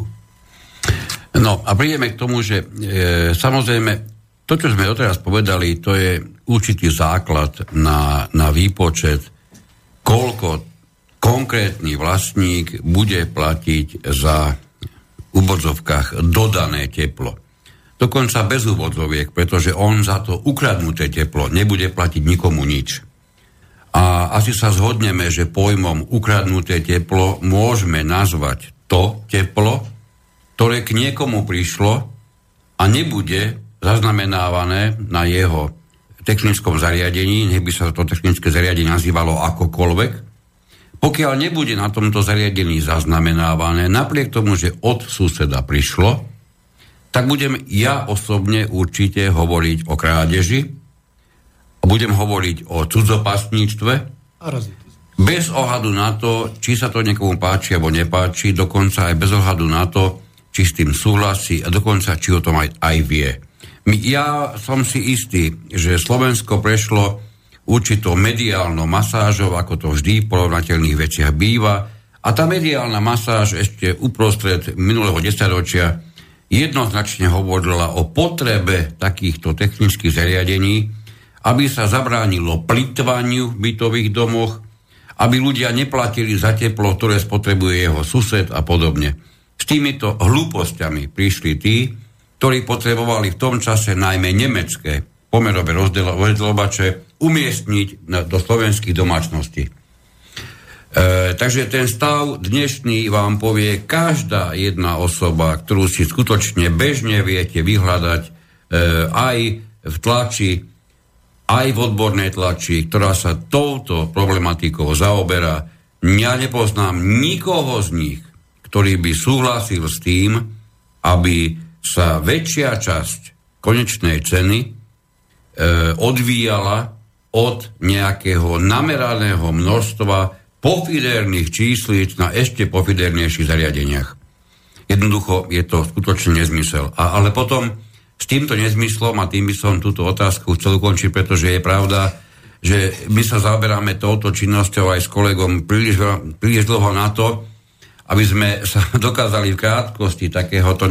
A: No a prídeme k tomu, že samozrejme to, čo sme doteraz povedali, to je určitý základ na výpočet, koľko konkrétny vlastník bude platiť za v úvodzovkách dodané teplo. Dokonca bez úvodzoviek, pretože on za to ukradnuté teplo nebude platiť nikomu nič. A asi sa zhodneme, že pojmom ukradnuté teplo môžeme nazvať to teplo, ktoré k niekomu prišlo a nebude zaznamenávané na jeho technickom zariadení, nech by sa to technické zariadenie nazývalo akokoľvek. Pokiaľ nebude na tomto zariadení zaznamenávané, napriek tomu, že od suseda prišlo, tak budem ja osobne určite hovoriť o krádeži, budem hovoriť o cudzopastníctve, bez ohľadu na to, či sa to niekomu páči alebo nepáči, dokonca aj bez ohľadu na to, či s tým súhlasí a dokonca, či o tom aj vie. Ja som si istý, že Slovensko prešlo určitou mediálnou masážou, ako to vždy v porovnateľných veciach býva. A tá mediálna masáž ešte uprostred minulého desaťročia jednoznačne hovorila o potrebe takýchto technických zariadení, aby sa zabránilo plytvaniu v bytových domoch, aby ľudia neplatili za teplo, ktoré spotrebuje jeho sused a podobne. S týmito hlúpostiami prišli tí, ktorí potrebovali v tom čase najmä nemecké pomerové rozdeľovače umiestniť do slovenských domácností. Takže ten stav dnešný vám povie každá jedna osoba, ktorú si skutočne bežne viete vyhľadať aj v tlači, aj v odbornej tlači, ktorá sa touto problematikou zaoberá. Ja nepoznám nikoho z nich, ktorý by súhlasil s tým, aby sa väčšia časť konečnej ceny odvíjala od nejakého nameraného množstva pofiderných číslic na ešte pofidernejších zariadeniach. Jednoducho je to skutočne nezmysel. Ale potom s týmto nezmyslom, a tým by som túto otázku chcel ukončiť, pretože je pravda, že my sa zaoberáme touto činnosťou aj s kolegom príliš dlho na to, aby sme sa dokázali v krátkosti takémuto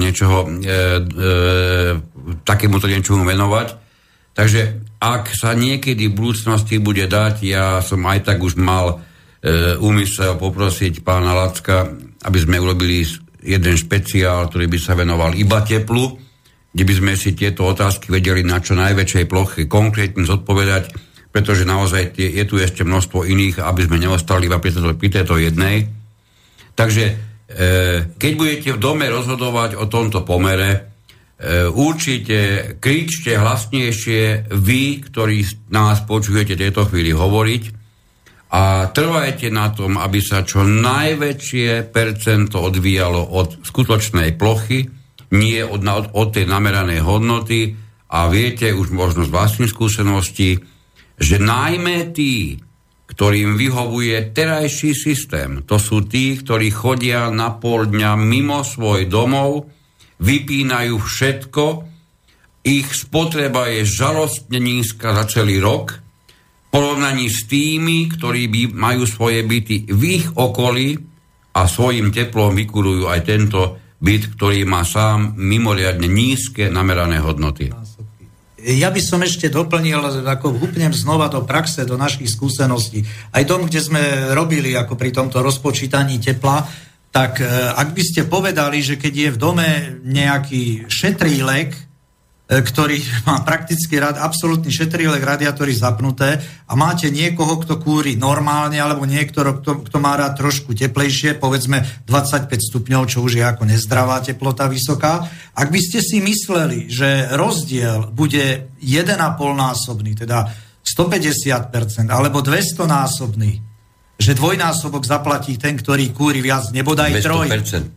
A: niečomu venovať. Takže ak sa niekedy v budúcnosti bude dať, ja som aj tak už mal úmysel poprosiť pána Lacka, aby sme urobili jeden špeciál, ktorý by sa venoval iba teplu, kde by sme si tieto otázky vedeli na čo najväčšej ploche konkrétne zodpovedať, pretože naozaj je tu ešte množstvo iných, aby sme neostali iba pri tejto jednej. Takže keď budete v dome rozhodovať o tomto pomere, určite kričte hlasnejšie vy, ktorí nás počujete v tejto chvíli hovoriť, a trvajte na tom, aby sa čo najväčšie percento odvíjalo od skutočnej plochy, nie od tej nameranej hodnoty. A viete už možno z vlastnej skúsenosti, že najmä tí, ktorým vyhovuje terajší systém, to sú tí, ktorí chodia na pol dňa mimo svoj domov, vypínajú všetko, ich spotreba je žalostne nízka za celý rok, v porovnaní s tými, ktorí majú svoje byty v ich okolí a svojim teplom vykurujú aj tento byt, ktorý má sám mimoriadne nízke namerané hodnoty.
B: Ja by som ešte doplnil, ako húpnem znova do praxe, do našich skúseností. Aj dom, kde sme robili ako pri tomto rozpočítaní tepla, tak ak by ste povedali, že keď je v dome nejaký šetrílek, ktorý má prakticky absolútny šetrílek, radiátory zapnuté a máte niekoho, kto kúri normálne, alebo niekto, kto má rád trošku teplejšie, povedzme 25 stupňov, čo už je ako nezdravá teplota vysoká. Ak by ste si mysleli, že rozdiel bude 1,5-násobný, teda 150%, alebo 200-násobný, že dvojnásobok zaplatí ten, ktorý kúri viac, nebodaj troj.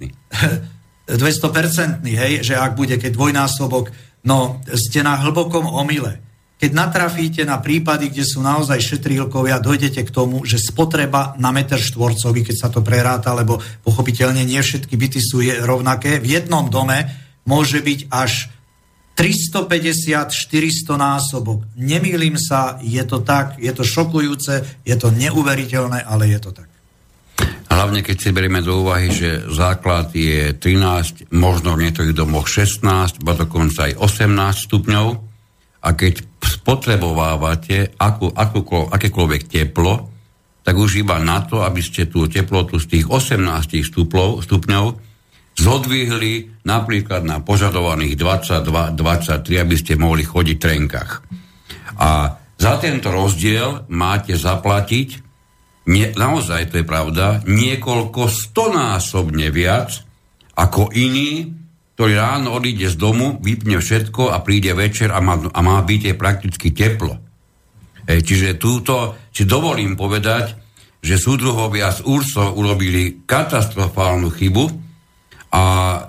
B: 200%, hej, že ak bude, keď dvojnásobok. No, ste na hlbokom omyle. Keď natrafíte na prípady, kde sú naozaj šetrílkovia, dojdete k tomu, že spotreba na meter štvorcový, keď sa to preráta, lebo pochopiteľne nie všetky byty sú rovnaké, v jednom dome môže byť až 350-400 násobok. Nemýlim sa, je to tak, je to šokujúce, je to neuveriteľné, ale je to tak.
A: Hlavne, keď si berieme do úvahy, že základ je 13, možno v niektorých domoch 16, ba dokonca aj 18 stupňov. A keď spotrebovávate akékoľvek teplo, tak už iba na to, aby ste tú teplotu z tých 18 stupňov zodvihli napríklad na požadovaných 22-23, aby ste mohli chodiť v trenkách. A za tento rozdiel máte zaplatiť naozaj, to je pravda, niekoľko stonásobne viac ako iný, ktorý ráno odíde z domu, vypne všetko a príde večer a má byť prakticky teplo. Čiže túto si dovolím povedať, že súdruhovia z URSO urobili katastrofálnu chybu a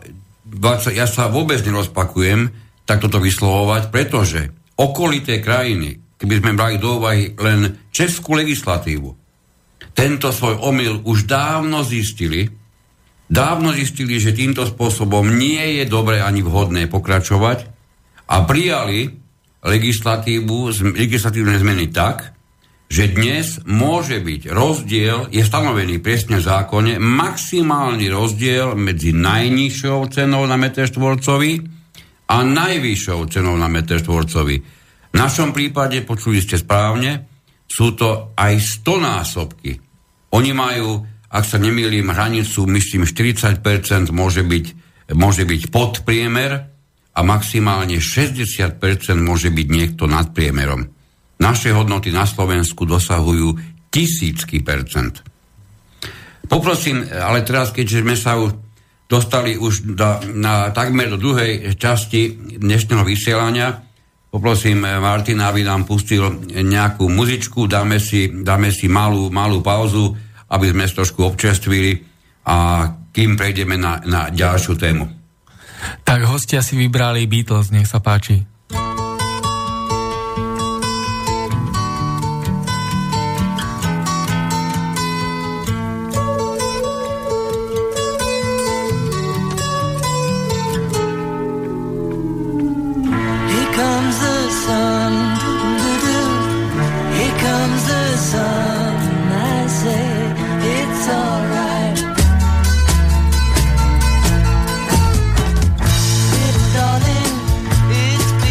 A: ja sa vôbec nerozpakujem takto to vyslovovať, pretože okolité krajiny, keby sme brali do úvahy len českú legislatívu, tento svoj omyl už dávno zistili, že týmto spôsobom nie je dobre ani vhodné pokračovať a prijali legislatívne zmeny tak, že dnes môže byť rozdiel, je stanovený presne v zákone, maximálny rozdiel medzi najnižšou cenou na meter štvorcový a najvyššou cenou na meter štvorcový. V našom prípade, počuli ste správne, sú to aj 100 násobky. Oni majú, ak sa nemýlim, hranicu, myslím, 40% môže byť podpriemer a maximálne 60% môže byť niekto nad priemerom. Naše hodnoty na Slovensku dosahujú 1000%. Poprosím, ale teraz, keďže sme sa dostali už takmer do druhej časti dnešného vysielania, poprosím Martina, aby nám pustil nejakú muzičku, dáme si malú pauzu, aby sme trošku občerstvili a kým prejdeme na ďalšiu tému.
C: Tak hostia si vybrali Beatles, nech sa páči.
D: It's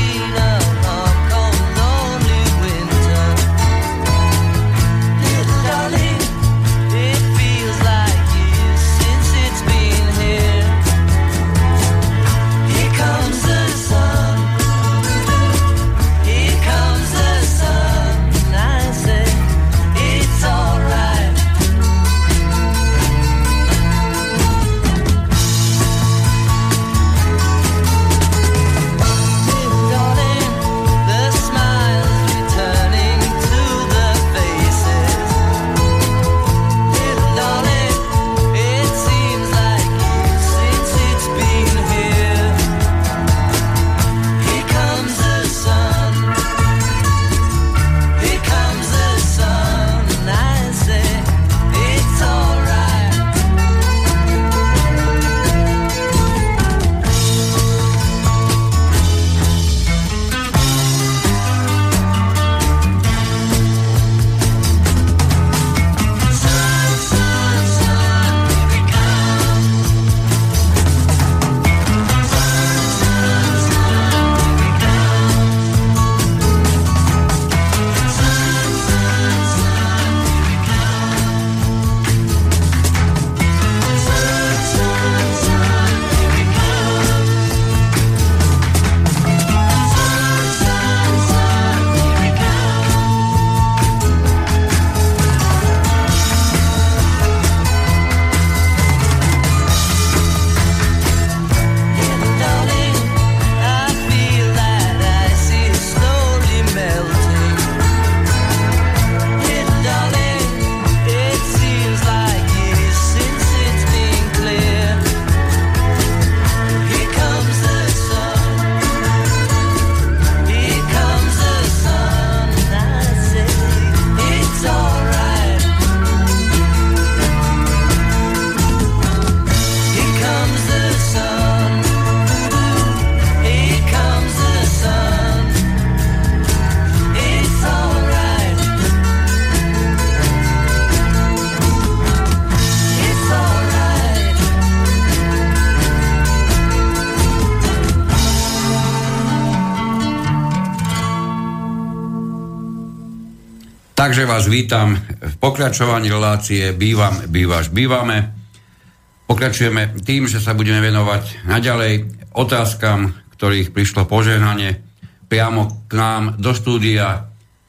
A: Takže vás vítam v pokračovaní relácie Bývame. Pokračujeme tým, že sa budeme venovať naďalej otázkam, ktorých prišlo požehnanie priamo k nám do štúdia.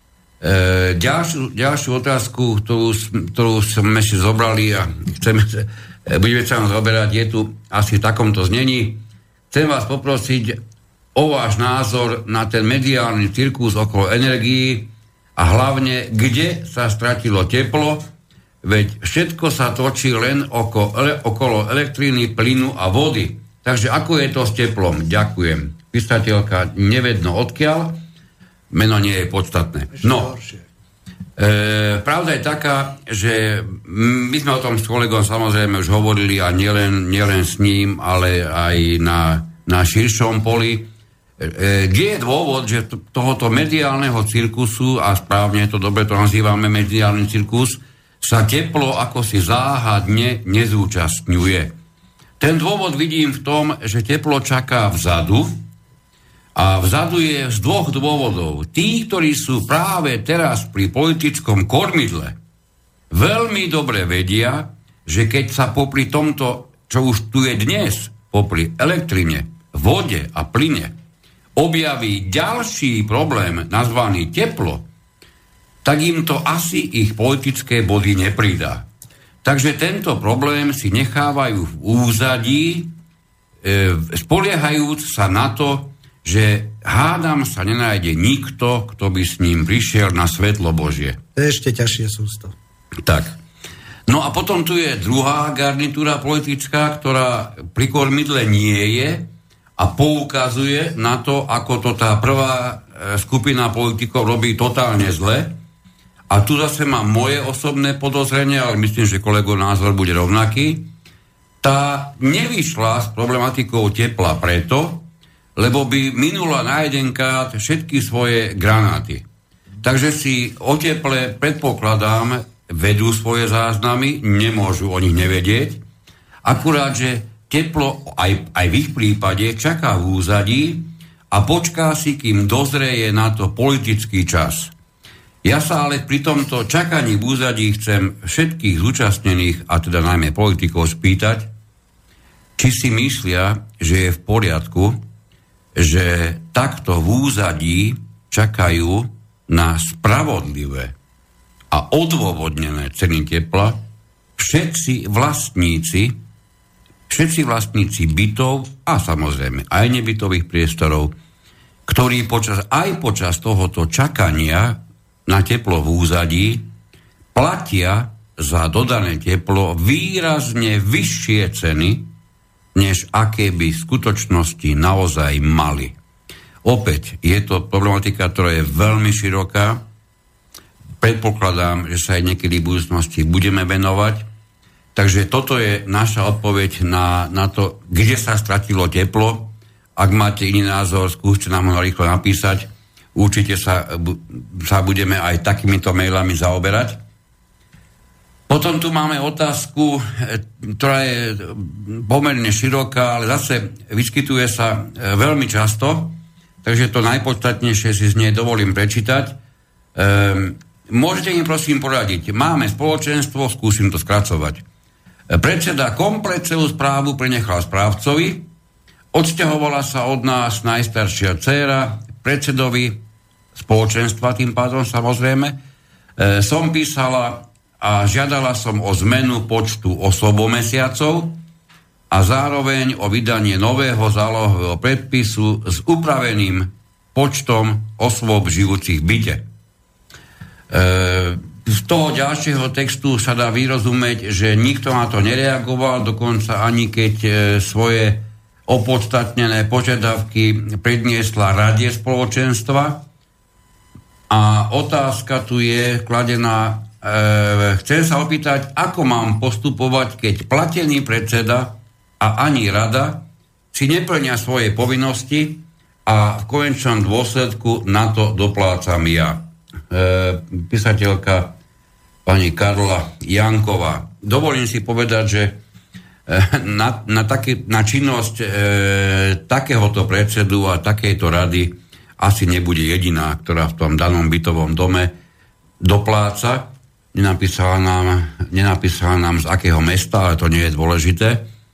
A: Ďalšiu otázku, ktorú sme si zobrali a budeme sa zoberať, je tu asi v takomto znení. Chcem vás poprosiť o váš názor na ten mediálny cirkus okolo energií a hlavne, kde sa stratilo teplo, veď všetko sa točí len okolo elektriny, plynu a vody. Takže ako je to s teplom? Ďakujem. Písateľka nevedno odkiaľ, meno nie je podstatné. No, pravda je taká, že my sme o tom s kolegom samozrejme už hovorili a nielen s ním, ale aj na širšom poli. Kde je dôvod, že tohoto mediálneho cirkusu, a správne to dobre to nazývame mediálny cirkus, sa teplo ako si záhadne nezúčastňuje? Ten dôvod vidím v tom, že teplo čaká vzadu a vzadu je z dvoch dôvodov. Tí, ktorí sú práve teraz pri politickom kormidle, veľmi dobre vedia, že keď sa popri tomto, čo už tu je dnes, popri elektrine, vode a plyne, objaví ďalší problém nazvaný teplo, tak im to asi ich politické body nepridá. Takže tento problém si nechávajú v úzadí, spoliehajúc sa na to, že hádam sa nenájde nikto, kto by s ním prišiel na svetlo Božie.
B: Ešte ťažšie sústo.
A: Tak. No a potom tu je druhá garnitúra politická, ktorá pri kormidle nie je, a poukazuje na to, ako to tá prvá skupina politikov robí totálne zle. A tu zase mám moje osobné podozrenie, ale myslím, že kolegov názor bude rovnaký. Tá nevyšla s problematikou tepla preto, lebo by minula na jedenkrát všetky svoje granáty. Takže si o teple, predpokladám, vedú svoje záznamy, nemôžu o nich nevedieť. Akurát, že teplo aj v ich prípade čaká v úzadí a počká si, kým dozreje na to politický čas. Ja sa ale pri tomto čakaní v úzadí chcem všetkých zúčastnených, a teda najmä politikov, spýtať, či si myslia, že je v poriadku, že takto v úzadí čakajú na spravodlivé a odôvodnené ceny tepla všetci vlastníci bytov a samozrejme aj nebytových priestorov, ktorí počas tohoto čakania na teplo v úzadí platia za dodané teplo výrazne vyššie ceny, než aké by v skutočnosti naozaj mali. Opäť je to problematika, ktorá je veľmi široká. Predpokladám, že sa aj niekedy v budúcnosti budeme venovať. Takže toto je naša odpoveď na to, kde sa stratilo teplo. Ak máte iný názor, skúste nám ho rýchlo napísať. Určite sa budeme aj takýmito mailami zaoberať. Potom tu máme otázku, ktorá je pomerne široká, ale zase vyskytuje sa veľmi často, takže to najpodstatnejšie si z nej dovolím prečítať. Môžete mi prosím poradiť. Máme spoločenstvo, skúsim to skracovať. Predseda komplet celú správu prenechal správcovi, odsťahovala sa od nás najstaršia dcéra, predsedovi spoločenstva, tým pádom samozrejme. Som písala a žiadala som o zmenu počtu osobomesiacov a zároveň o vydanie nového zálohového predpisu s upraveným počtom osôb žijúcich v byte. Z toho ďalšieho textu sa dá vyrozumieť, že nikto na to nereagoval, dokonca ani keď svoje opodstatnené požiadavky predniesla Rade spoločenstva. A otázka tu je kladená, chcem sa opýtať, ako mám postupovať, keď platený predseda a ani Rada si neplnia svoje povinnosti a v konečnom dôsledku na to doplácam ja. Písateľka pani Karla Janková. Dovolím si povedať, že na činnosť takéhoto predsedu a takejto rady asi nebude jediná, ktorá v tom danom bytovom dome dopláca, nenapísala nám z akého mesta, ale to nie je dôležité.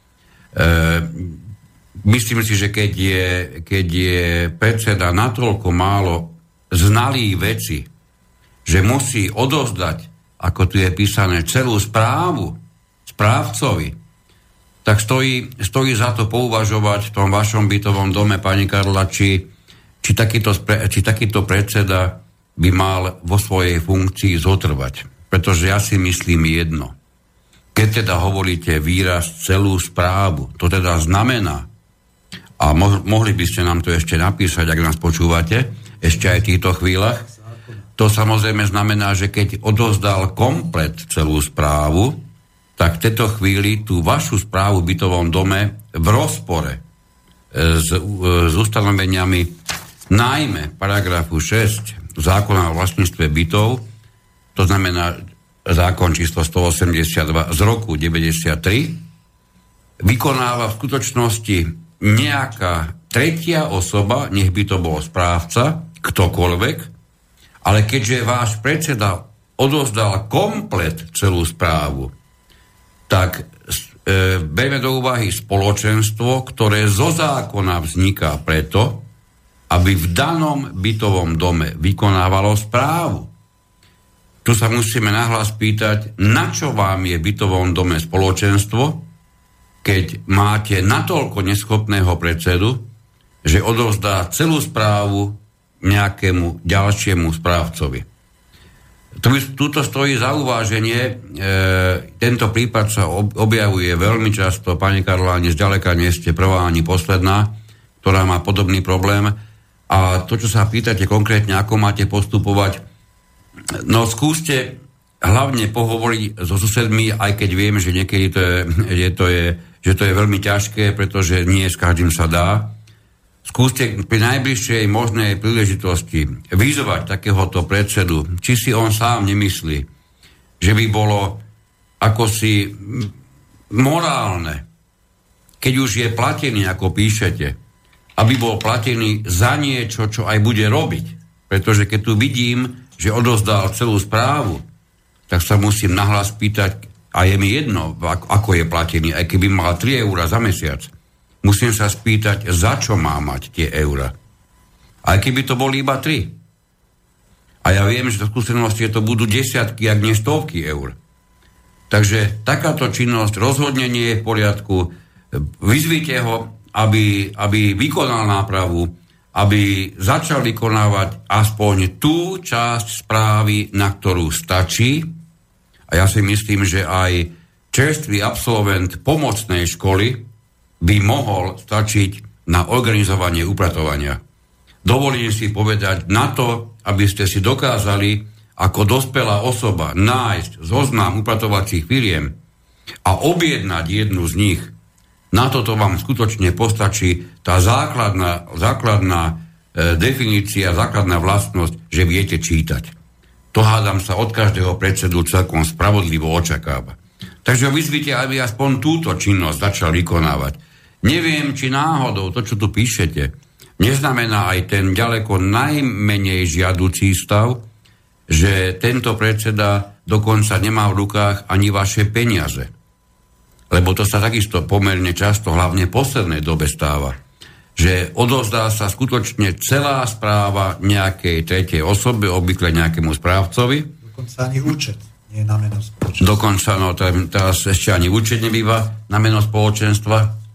A: Myslím si, že keď je predseda natoľko málo znalých veci, že musí odovzdať, ako tu je písané, celú správu správcovi, tak stojí za to pouvažovať v tom vašom bytovom dome, pani Karla, či takýto predseda by mal vo svojej funkcii zotrvať. Pretože ja si myslím jedno. Keď teda hovoríte výraz celú správu, to teda znamená, a mohli by ste nám to ešte napísať, ak nás počúvate, ešte aj v týchto chvíľach, to samozrejme znamená, že keď odovzdal komplet celú správu, tak v tejto chvíli tú vašu správu v bytovom dome v rozpore s ustanoveniami najmä paragrafu 6 zákona o vlastníctve bytov, to znamená zákon číslo 182 z roku 93, vykonáva v skutočnosti nejaká tretia osoba, nech by to bol správca, ktokoľvek, ale keďže váš predseda odovzdal komplet celú správu, tak berme do úvahy spoločenstvo, ktoré zo zákona vzniká preto, aby v danom bytovom dome vykonávalo správu. Tu sa musíme nahlas pýtať, na čo vám je v bytovom dome spoločenstvo, keď máte natoľko neschopného predsedu, že odovzdá celú správu nejakému ďalšiemu správcovi. Tuto stojí za uváženie. Tento prípad sa objavuje veľmi často. Pani Karla, ani zďaleka nie ste prvá, ani posledná, ktorá má podobný problém. A to, čo sa pýtate konkrétne, ako máte postupovať, no skúste hlavne pohovoriť so susedmi, aj keď viem, že niekedy to je veľmi ťažké, pretože nie s každým sa dá. Skúste pri najbližšej možnej príležitosti vyzvať takéhoto predsedu, či si on sám nemyslí, že by bolo akosi morálne, keď už je platený, ako píšete, aby bol platený za niečo, čo aj bude robiť. Pretože keď tu vidím, že odozdal celú správu, tak sa musím nahlas pýtať, a je mi jedno, ako je platený, aj keby mal 3 € za mesiac. Musím sa spýtať, za čo má mať tie eurá. Aj keby to boli iba 3. A ja viem, že do skúsenosti to budú desiatky, ak nie stovky eur. Takže takáto činnosť rozhodne nie je v poriadku. Vyzvite ho, aby vykonal nápravu, aby začal vykonávať aspoň tú časť správy, na ktorú stačí. A ja si myslím, že aj čerstvý absolvent pomocnej školy by mohol stačiť na organizovanie upratovania. Dovolím si povedať, na to, aby ste si dokázali ako dospelá osoba nájsť zoznam upratovacích firiem a objednať jednu z nich, na toto vám skutočne postačí tá základná definícia, základná vlastnosť, že viete čítať. To hádam sa od každého predsedu celkom spravodlivo očakáva. Takže vyzvite, aby aspoň túto činnosť začal vykonávať. Neviem, či náhodou to, čo tu píšete, neznamená aj ten ďaleko najmenej žiaducí stav, že tento predseda dokonca nemá v rukách ani vaše peniaze. Lebo to sa takisto pomerne často, hlavne v poslednej dobe stáva, že odovzdá sa skutočne celá správa nejakej tretej osobe, obvykle nejakému správcovi.
B: Dokonca ani účet nie je na meno spoločenstva.
A: Dokonca, no teraz ešte ani účet nebýva na meno spoločenstva.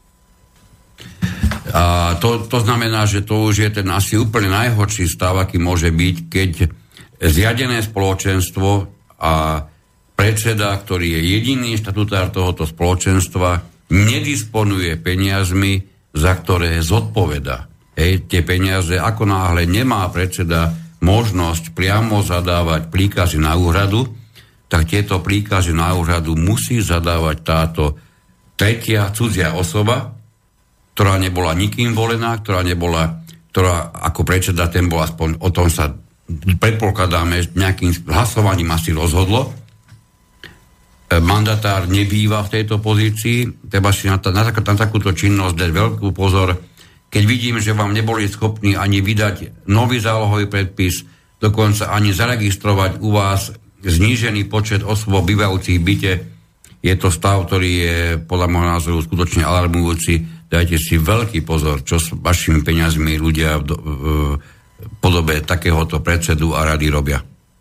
A: A to znamená, že to už je ten asi úplne najhorší stav, aký môže byť, keď zriadené spoločenstvo a predseda, ktorý je jediný štatutár tohoto spoločenstva, nedisponuje peniazmi, za ktoré zodpoveda. Tie peniaze, ako náhle nemá predseda možnosť priamo zadávať príkazy na úhradu, tak tieto príkazy na úhradu musí zadávať táto tretia cudzia osoba, ktorá nebola nikým volená, ktorá ako predseda, ten bol aspoň, o tom sa predpokladáme, nejakým hlasovaním asi rozhodlo. Mandatár nebýva v tejto pozícii, treba si na takúto činnosť dať veľký pozor. Keď vidím, že vám neboli schopní ani vydať nový zálohový predpis, dokonca ani zaregistrovať u vás znížený počet osôb bývajúcich v byte. Je to stav, ktorý je podľa môjho názoru skutočne alarmujúci. Dajte si veľký pozor, čo s vašimi peniazmi ľudia v podobe takéhoto predsedu a rady robia.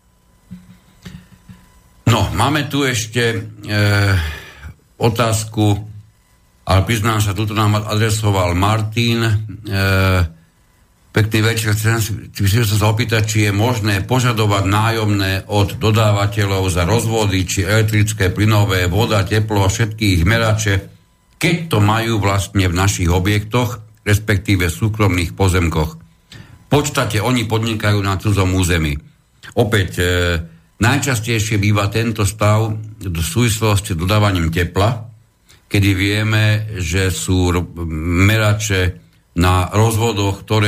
A: No, máme tu ešte otázku, ale priznám sa, tuto nám adresoval Martin. Pekný večer, chcem sa opýtať, či je možné požadovať nájomné od dodávateľov za rozvody, či elektrické, plynové, voda, teplo a všetkých merače, keď to majú vlastne v našich objektoch, respektíve súkromných pozemkoch. V podstate oni podnikajú na cudzom území. Opäť, najčastejšie býva tento stav v súvislosti s dodávaním tepla, kedy vieme, že sú merače na rozvodoch, ktoré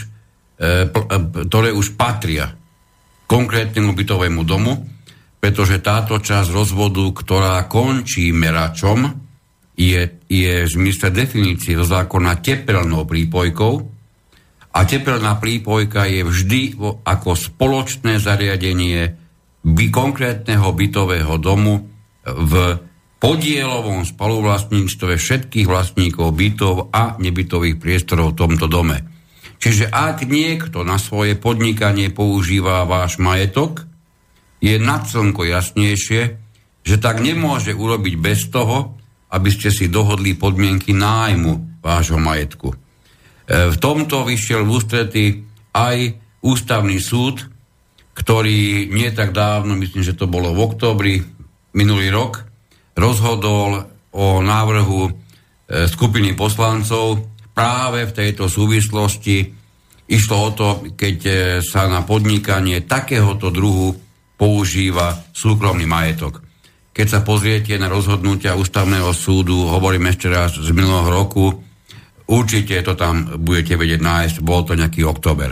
A: už patria konkrétnemu bytovému domu, pretože táto časť rozvodu, ktorá končí meračom, je v zmysle definície zo zákona tepelnou prípojkou a tepelná prípojka je vždy ako spoločné zariadenie konkrétneho bytového domu v podielovom spoluvlastníctve všetkých vlastníkov bytov a nebytových priestorov v tomto dome. Čiže ak niekto na svoje podnikanie používa váš majetok, je nad slnko jasnejšie, že tak nemôže urobiť bez toho, aby ste si dohodli podmienky nájmu vášho majetku. V tomto vyšiel v ústrety aj ústavný súd, ktorý nie tak dávno, myslím, že to bolo v októbri minulý rok, rozhodol o návrhu skupiny poslancov práve v tejto súvislosti. Išlo o to, keď sa na podnikanie takéhoto druhu používa súkromný majetok. Keď sa pozriete na rozhodnutia ústavného súdu, hovorím ešte raz z minulého roku, určite to tam budete vedieť nájsť, bol to nejaký október.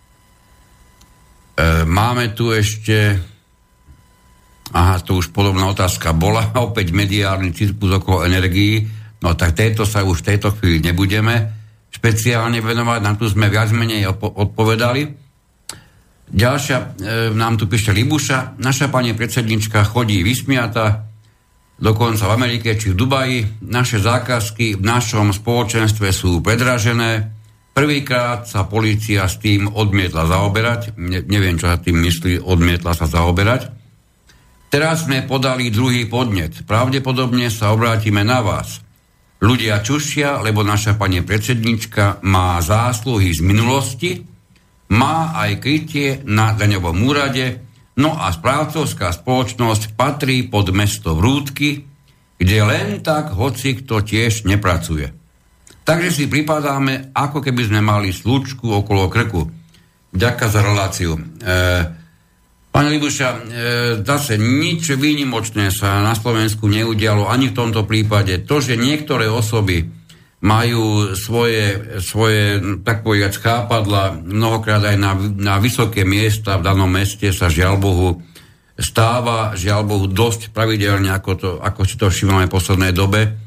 A: Máme tu ešte... Aha, to už podobná otázka bola. Opäť mediálny cirkus okolo energií. No tak tejto sa už v tejto chvíli nebudeme špeciálne venovať. Na tu sme viac menej odpovedali. Ďalšia nám tu píše Libuša. Naša pani predsednička chodí vysmiata, dokonca v Amerike či v Dubaji. Naše zákazky v našom spoločenstve sú predražené. Prvýkrát sa polícia s tým odmietla zaoberať. Neviem, čo sa tým myslí, odmietla sa zaoberať. Teraz sme podali druhý podnet. Pravdepodobne sa obrátime na vás. Ľudia čušia, lebo naša pani predsednička má zásluhy z minulosti, má aj krytie na daňovom úrade, no a správcovská spoločnosť patrí pod mesto Vrútky, kde len tak hocikto tiež nepracuje. Takže si pripadáme, ako keby sme mali slučku okolo krku. Ďakujem za reláciu. Pane Libuša, zase nič výnimočné sa na Slovensku neudialo ani v tomto prípade. To, že niektoré osoby majú svoje tak povedať, chápadla mnohokrát aj na vysoké miesta v danom meste, sa žiaľ Bohu stáva, žiaľ Bohu dosť pravidelne, ako si to všímame v poslednej dobe.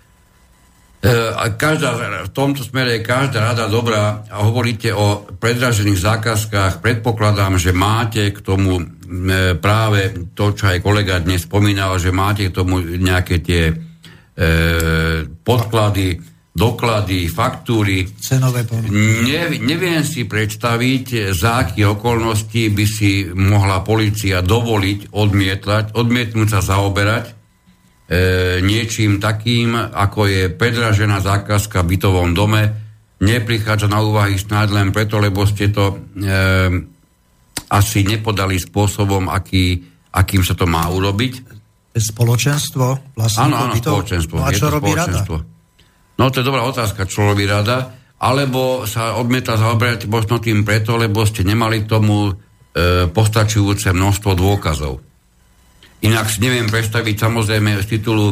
A: V tomto smere je každá rada dobrá a hovoríte o predražených zákazkách. Predpokladám, že máte k tomu práve to, čo aj kolega dnes spomínal, že máte k tomu nejaké tie podklady, doklady, faktúry.
B: Cenové ponuky.
A: Neviem si predstaviť, za akých okolností by si mohla polícia dovoliť odmietnúť sa zaoberať niečím takým, ako je predražená zákazka v bytovom dome. Neprichádza na úvahy snáď len preto, lebo ste to asi nepodali spôsobom, akým sa to má urobiť.
B: Spoločenstvo vlastníkov bytov? Áno, spoločenstvo.
A: No a čo robí rada? No to je dobrá otázka, čo robí rada. Alebo sa odmieta zaoberať možno tým preto, lebo ste nemali k tomu postačujúce množstvo dôkazov. Inak si neviem predstaviť samozrejme z titulu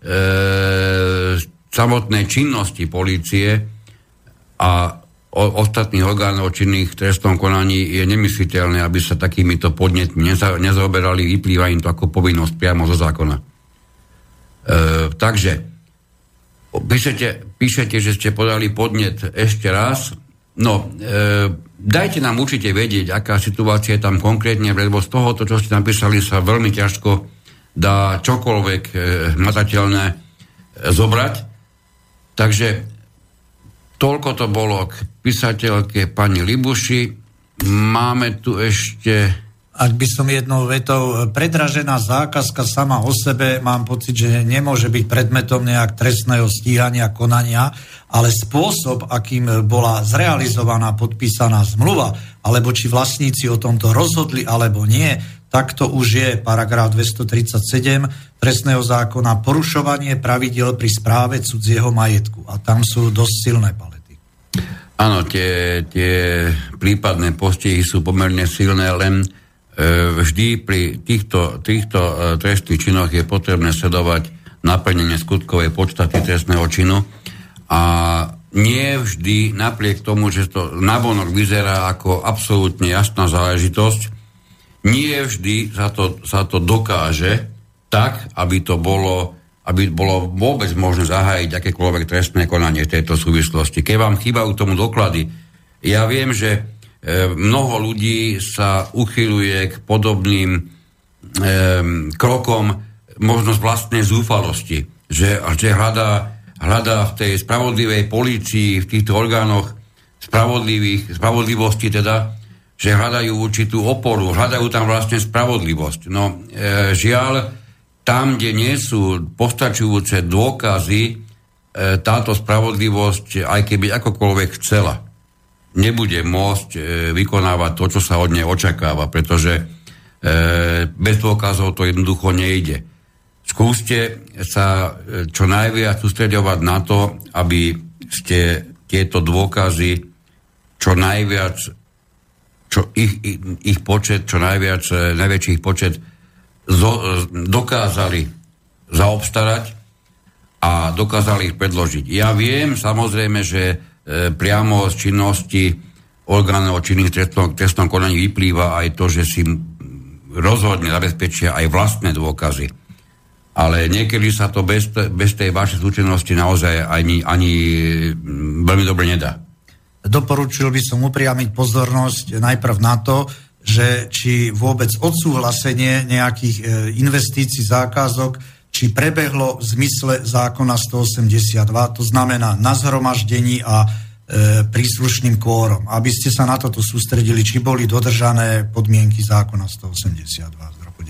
A: samotnej činnosti polície a ostatných orgánov činných v trestnom konaní je nemysliteľné, aby sa takýmito podnetmi nezaoberali, vyplýva im to ako povinnosť priamo zo zákona. Takže píšete, že ste podali podnet ešte raz. No, dajte nám určite vedieť, aká situácia je tam konkrétne, lebo z tohoto, čo ste napísali, sa veľmi ťažko dá čokoľvek matateľné zobrať. Takže toľko to bolo k písateľke pani Libuši. Máme tu ešte...
B: Ak by som jednou vetou, predražená zákazka sama o sebe, mám pocit, že nemôže byť predmetom nejak trestného stíhania, konania, ale spôsob, akým bola zrealizovaná, podpísaná zmluva, alebo či vlastníci o tomto rozhodli, alebo nie, tak to už je paragraf 237 trestného zákona, porušovanie pravidiel pri správe cudzieho majetku. A tam sú dosť silné palety.
A: Áno, tie prípadné postihy sú pomerne silné, len vždy pri týchto trestných činoch je potrebné sledovať naplnenie skutkovej podstaty trestného činu a nie vždy, napriek tomu, že to navonok vyzerá ako absolútne jasná záležitosť, nie vždy sa to dokáže tak, aby bolo vôbec možné zahájiť akékoľvek trestné konanie v tejto súvislosti. Keď vám chýbajú tomu doklady, ja viem, že mnoho ľudí sa uchyľuje k podobným krokom možno z vlastnej zúfalosti, že hľadá v tej spravodlivej polícii, v týchto orgánoch spravodlivosti teda, že hľadajú určitú oporu, hľadajú tam vlastne spravodlivosť. No, žiaľ, tam, kde nie sú postačujúce dôkazy, táto spravodlivosť, aj keby akokoľvek chcela, nebude môcť vykonávať to, čo sa od nej očakáva, pretože bez dôkazov to jednoducho nejde. Skúste sa čo najviac sústreďovať na to, aby ste tieto dôkazy najväčší počet dokázali zaobstarať a dokázali ich predložiť. Ja viem samozrejme, že priamo z činnosti orgánov činných trestnom konaní vyplýva aj to, že si rozhodne zabezpečia aj vlastné dôkazy. Ale niekedy sa to bez tej vašej súčinnosti naozaj ani veľmi dobre nedá.
B: Doporučil by som upriamiť pozornosť najprv na to, že či vôbec odsúhlasenie nejakých investícií, zákazok, či prebehlo v zmysle zákona 182, to znamená na zhromaždení a príslušným kvórom. Aby ste sa na toto sústredili, či boli dodržané podmienky zákona 182 z roku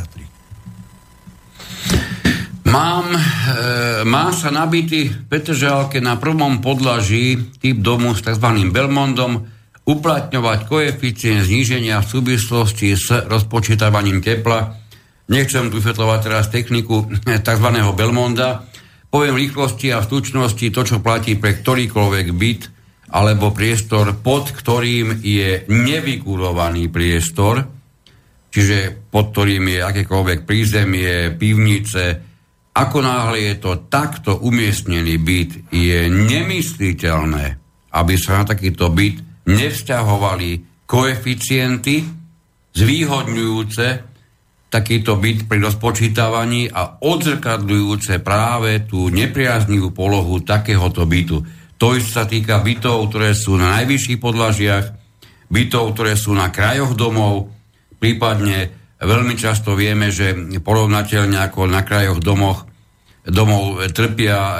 B: 93.
A: Má sa nabitý v Petržalke na prvom podlaží typ domu s tzv. Belmondom uplatňovať koeficient zníženia v súvislosti s rozpočítavaním tepla. Nechcem tu vysvetľovať teraz techniku tzv. Belmonda. Poviem v rýchlosti a v stručnosti to, čo platí pre ktorýkoľvek byt alebo priestor, pod ktorým je nevykurovaný priestor, čiže pod ktorým je akékoľvek prízemie, pivnice. Ako náhle je to takto umiestnený byt, je nemysliteľné, aby sa na takýto byt nevzťahovali koeficienty zvýhodňujúce takýto byt pri rozpočítavaní a odzrkadľujúce práve tú nepriaznivú polohu takéhoto bytu. To sa týka bytov, ktoré sú na najvyšších podlažiach, bytov, ktoré sú na krajoch domov, prípadne veľmi často vieme, že porovnateľne ako na krajoch domov trpia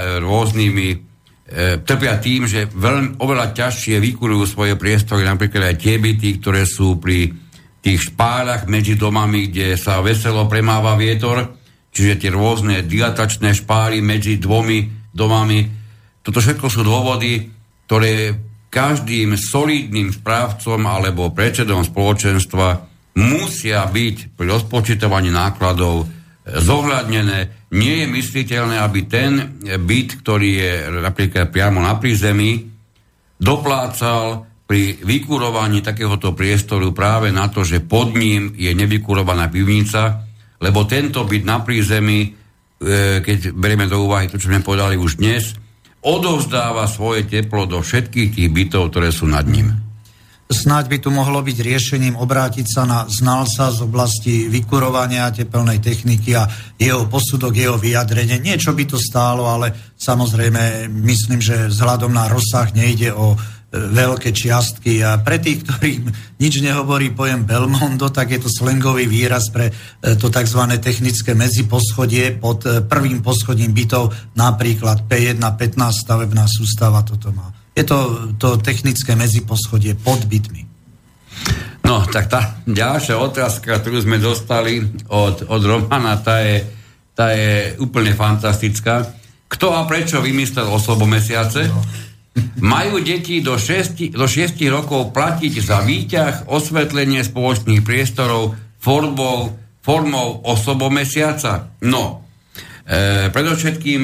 A: trpia tým, že oveľa ťažšie vykurujú svoje priestory, napríklad aj tie byty, ktoré sú pri tých špárach medzi domami, kde sa veselo premáva vietor, čiže tie rôzne dilatačné špáry medzi dvomi domami. Toto všetko sú dôvody, ktoré každým solidným správcom alebo predsedom spoločenstva musia byť pri rozpočítavaní nákladov zohľadnené. Nie je mysliteľné, aby ten byt, ktorý je napríklad priamo na prízemí, doplácal pri vykurovaní takéhoto priestoru práve na to, že pod ním je nevykurovaná pivnica, lebo tento byt na prízemí, keď berieme do úvahy to, čo sme povedali už dnes, odovzdáva svoje teplo do všetkých tých bytov, ktoré sú nad ním.
B: Snáď by tu mohlo byť riešením obrátiť sa na znalca z oblasti vykurovania tepelnej techniky a jeho posudok, jeho vyjadrenie. Niečo by to stálo, ale samozrejme myslím, že vzhľadom na rozsah nejde o veľké čiastky a pre tých, ktorým nič nehovorí pojem Belmondo, tak je to slangový výraz pre to tzv. Technické medziposchodie pod prvým poschodím bytov, napríklad P1, 15 stavebná sústava toto má. Je to technické medziposchodie pod bytmi.
A: No, tak tá ďalšia otázka, ktorú sme dostali od Romana, tá je úplne fantastická. Kto a prečo vymyslel osobomesiace? No. Majú deti do 6 rokov platiť za výťah, osvetlenie spoločných priestorov formou osobomesiaca? No, predovšetkým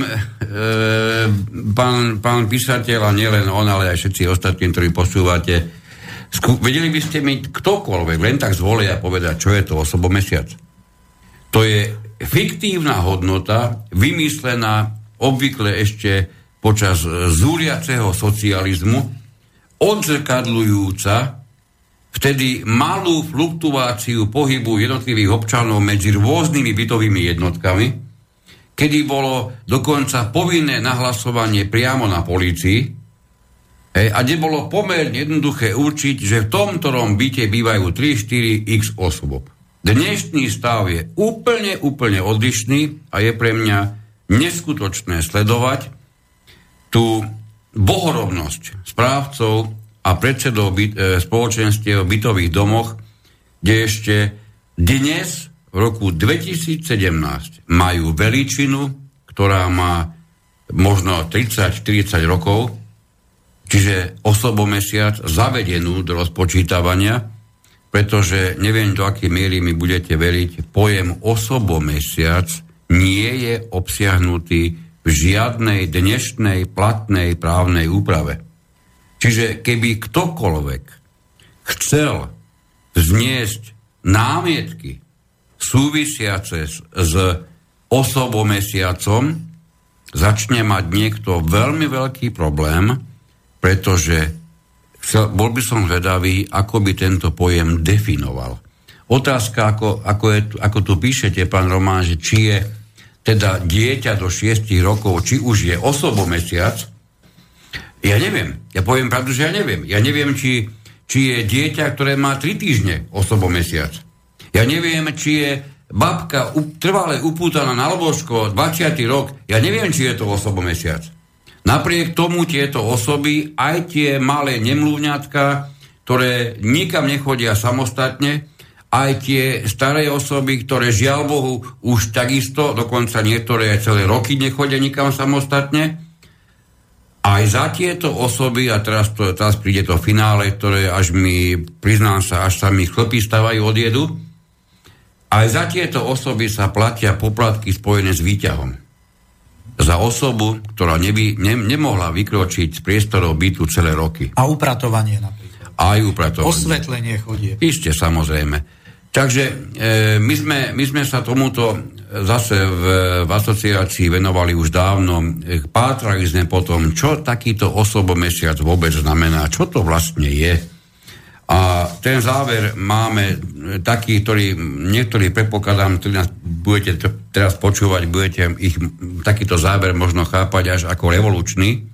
A: pán písateľ, a nielen on, ale aj všetci ostatní, ktorí posúvate, vedeli by ste mi ktokoľvek len tak zvolia povedať, čo je to osobomesiac? To je fiktívna hodnota, vymyslená obvykle ešte počas zúriaceho socializmu, odzrkadľujúca vtedy malú fluktuáciu pohybu jednotlivých občanov medzi rôznymi bytovými jednotkami, kedy bolo dokonca povinné nahlasovanie priamo na polícii, a kde bolo pomerne jednoduché určiť, že v tomto byte bývajú 3-4 x osôb. Dnešný stav je úplne odlišný a je pre mňa neskutočné sledovať tú bohorovnosť správcov a predsedov spoločenstiev v bytových domoch, kde ešte dnes v roku 2017 majú veličinu, ktorá má možno 30-40 rokov, čiže osobomesiac zavedenú do rozpočítavania, pretože neviem, do akej miery mi budete veriť, pojem osobomesiac nie je obsiahnutý v žiadnej dnešnej platnej právnej úprave. Čiže keby ktokoľvek chcel vzniesť námietky súvisiace s osobomesiacom, začne mať niekto veľmi veľký problém, pretože bol by som zvedavý, ako by tento pojem definoval. Otázka, ako tu píšete, pán Román, že či je teda dieťa do 6 rokov, či už je osobomesiac, ja neviem. Ja poviem pravdu, že ja neviem. Ja neviem, či je dieťa, ktoré má 3 týždne osobomesiac. Ja neviem, či je babka trvale upútaná na lôžko 20. rok. Ja neviem, či je to osobomesiac. Napriek tomu tieto osoby, aj tie malé nemluvňatka, ktoré nikam nechodia samostatne, aj tie staré osoby, ktoré žiaľ Bohu už takisto, dokonca niektoré celé roky nechodia nikam samostatne, aj za tieto osoby, a teraz príde to finále, ktoré až sa mi chlpy stávajú od jedu, aj za tieto osoby sa platia poplatky spojené s výťahom. Za osobu, ktorá nemohla vykročiť z priestorov bytu celé roky.
B: A upratovanie napríklad.
A: Aj upratovanie.
B: Osvetlenie chodie.
A: Isté, samozrejme. Takže my sme sa tomuto zase v asociácii venovali už dávno. Pátrali sme potom, čo takýto osobomesiac vôbec znamená, čo to vlastne je. A ten záver máme taký, ktorý niektorí predpokladám, ktorí nás budete teraz počúvať, budete ich takýto záver možno chápať až ako revolučný.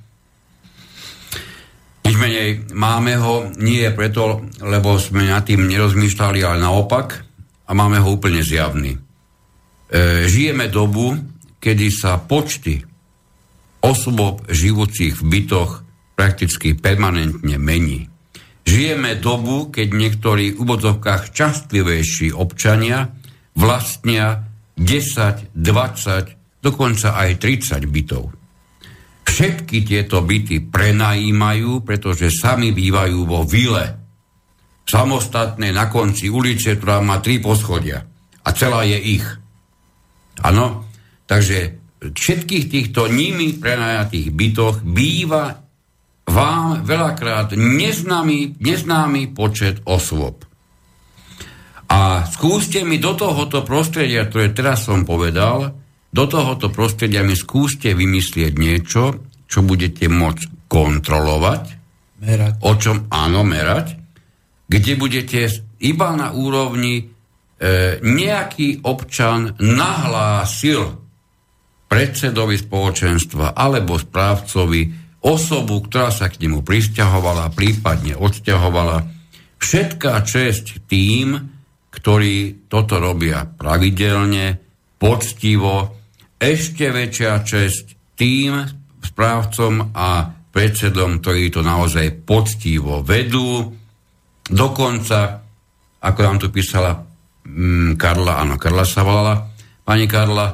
A: Nič menej máme ho nie preto, lebo sme nad tým nerozmýšľali, ale naopak, a máme ho úplne zjavný. Žijeme dobu, kedy sa počty osôb žijúcich v bytoch prakticky permanentne mení. Žijeme dobu, keď niektorí v úvodzovkách častlivejší občania vlastnia 10, 20, dokonca aj 30 bytov. Všetky tieto byty prenajímajú, pretože sami bývajú vo vile. Samostatné na konci ulice, ktorá má 3 poschodia. A celá je ich. Áno, takže všetkých týchto nimi prenajatých bytoch býva vám veľakrát neznámy počet osôb. A skúste mi do tohoto prostredia, ktoré teraz som povedal, do tohoto prostredia mi skúste vymyslieť niečo, čo budete môcť kontrolovať, merať, kde budete iba na úrovni nejaký občan nahlásil predsedovi spoločenstva alebo správcovi osobu, ktorá sa k nemu prisťahovala, prípadne odsťahovala. Všetká česť tým, ktorí toto robia pravidelne, poctivo, ešte väčšia česť tým správcom a predsedom, ktorí to naozaj poctivo vedú. Dokonca, ako nám tu písala Karla, áno, Karla sa volala, pani Karla,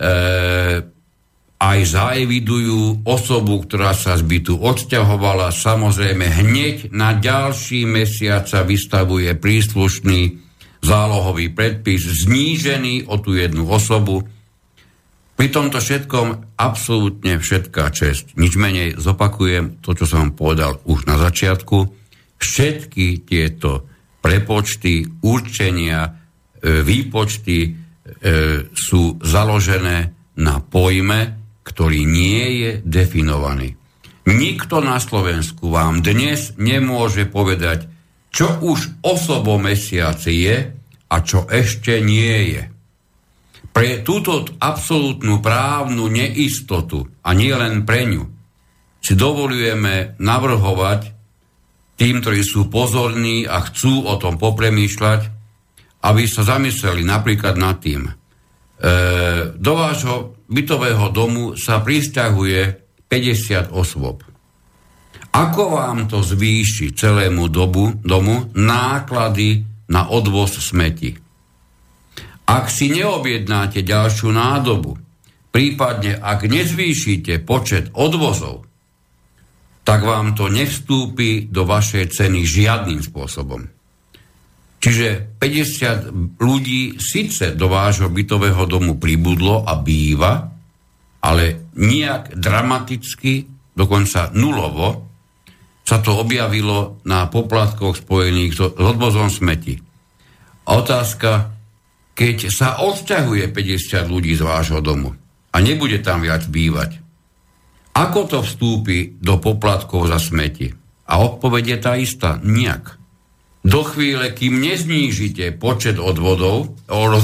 A: aj zaevidujú osobu, ktorá sa z bytu odsťahovala. Samozrejme, hneď na ďalší mesiac sa vystavuje príslušný zálohový predpis znížený o tú jednu osobu. Pri tomto všetkom absolútne všetká česť. Nič menej zopakujem to, čo som povedal už na začiatku. Všetky tieto prepočty, určenia, výpočty sú založené na pojme, ktorý nie je definovaný. Nikto na Slovensku vám dnes nemôže povedať, čo už osobomesiac je a čo ešte nie je. Pre túto absolútnu právnu neistotu, a nie len pre ňu, si dovolujeme navrhovať tým, ktorí sú pozorní a chcú o tom popremýšľať, aby sa zamysleli napríklad nad tým. Do vášho bytového domu sa prisťahuje 50 osôb. Ako vám to zvýši celému domu náklady na odvoz smeti? Ak si neobjednáte ďalšiu nádobu, prípadne ak nezvýšite počet odvozov, tak vám to nevstúpi do vašej ceny žiadnym spôsobom. Čiže 50 ľudí síce do vášho bytového domu pribudlo a býva, ale nijak dramaticky, dokonca nulovo, sa to objavilo na poplatkoch spojených s odvozom smeti. A otázka, keď sa odsťahuje 50 ľudí z vášho domu a nebude tam viac bývať, ako to vstúpi do poplatkov za smeti? A odpoveď je tá istá, nijak. Do chvíle, kým neznížite počet odvozov,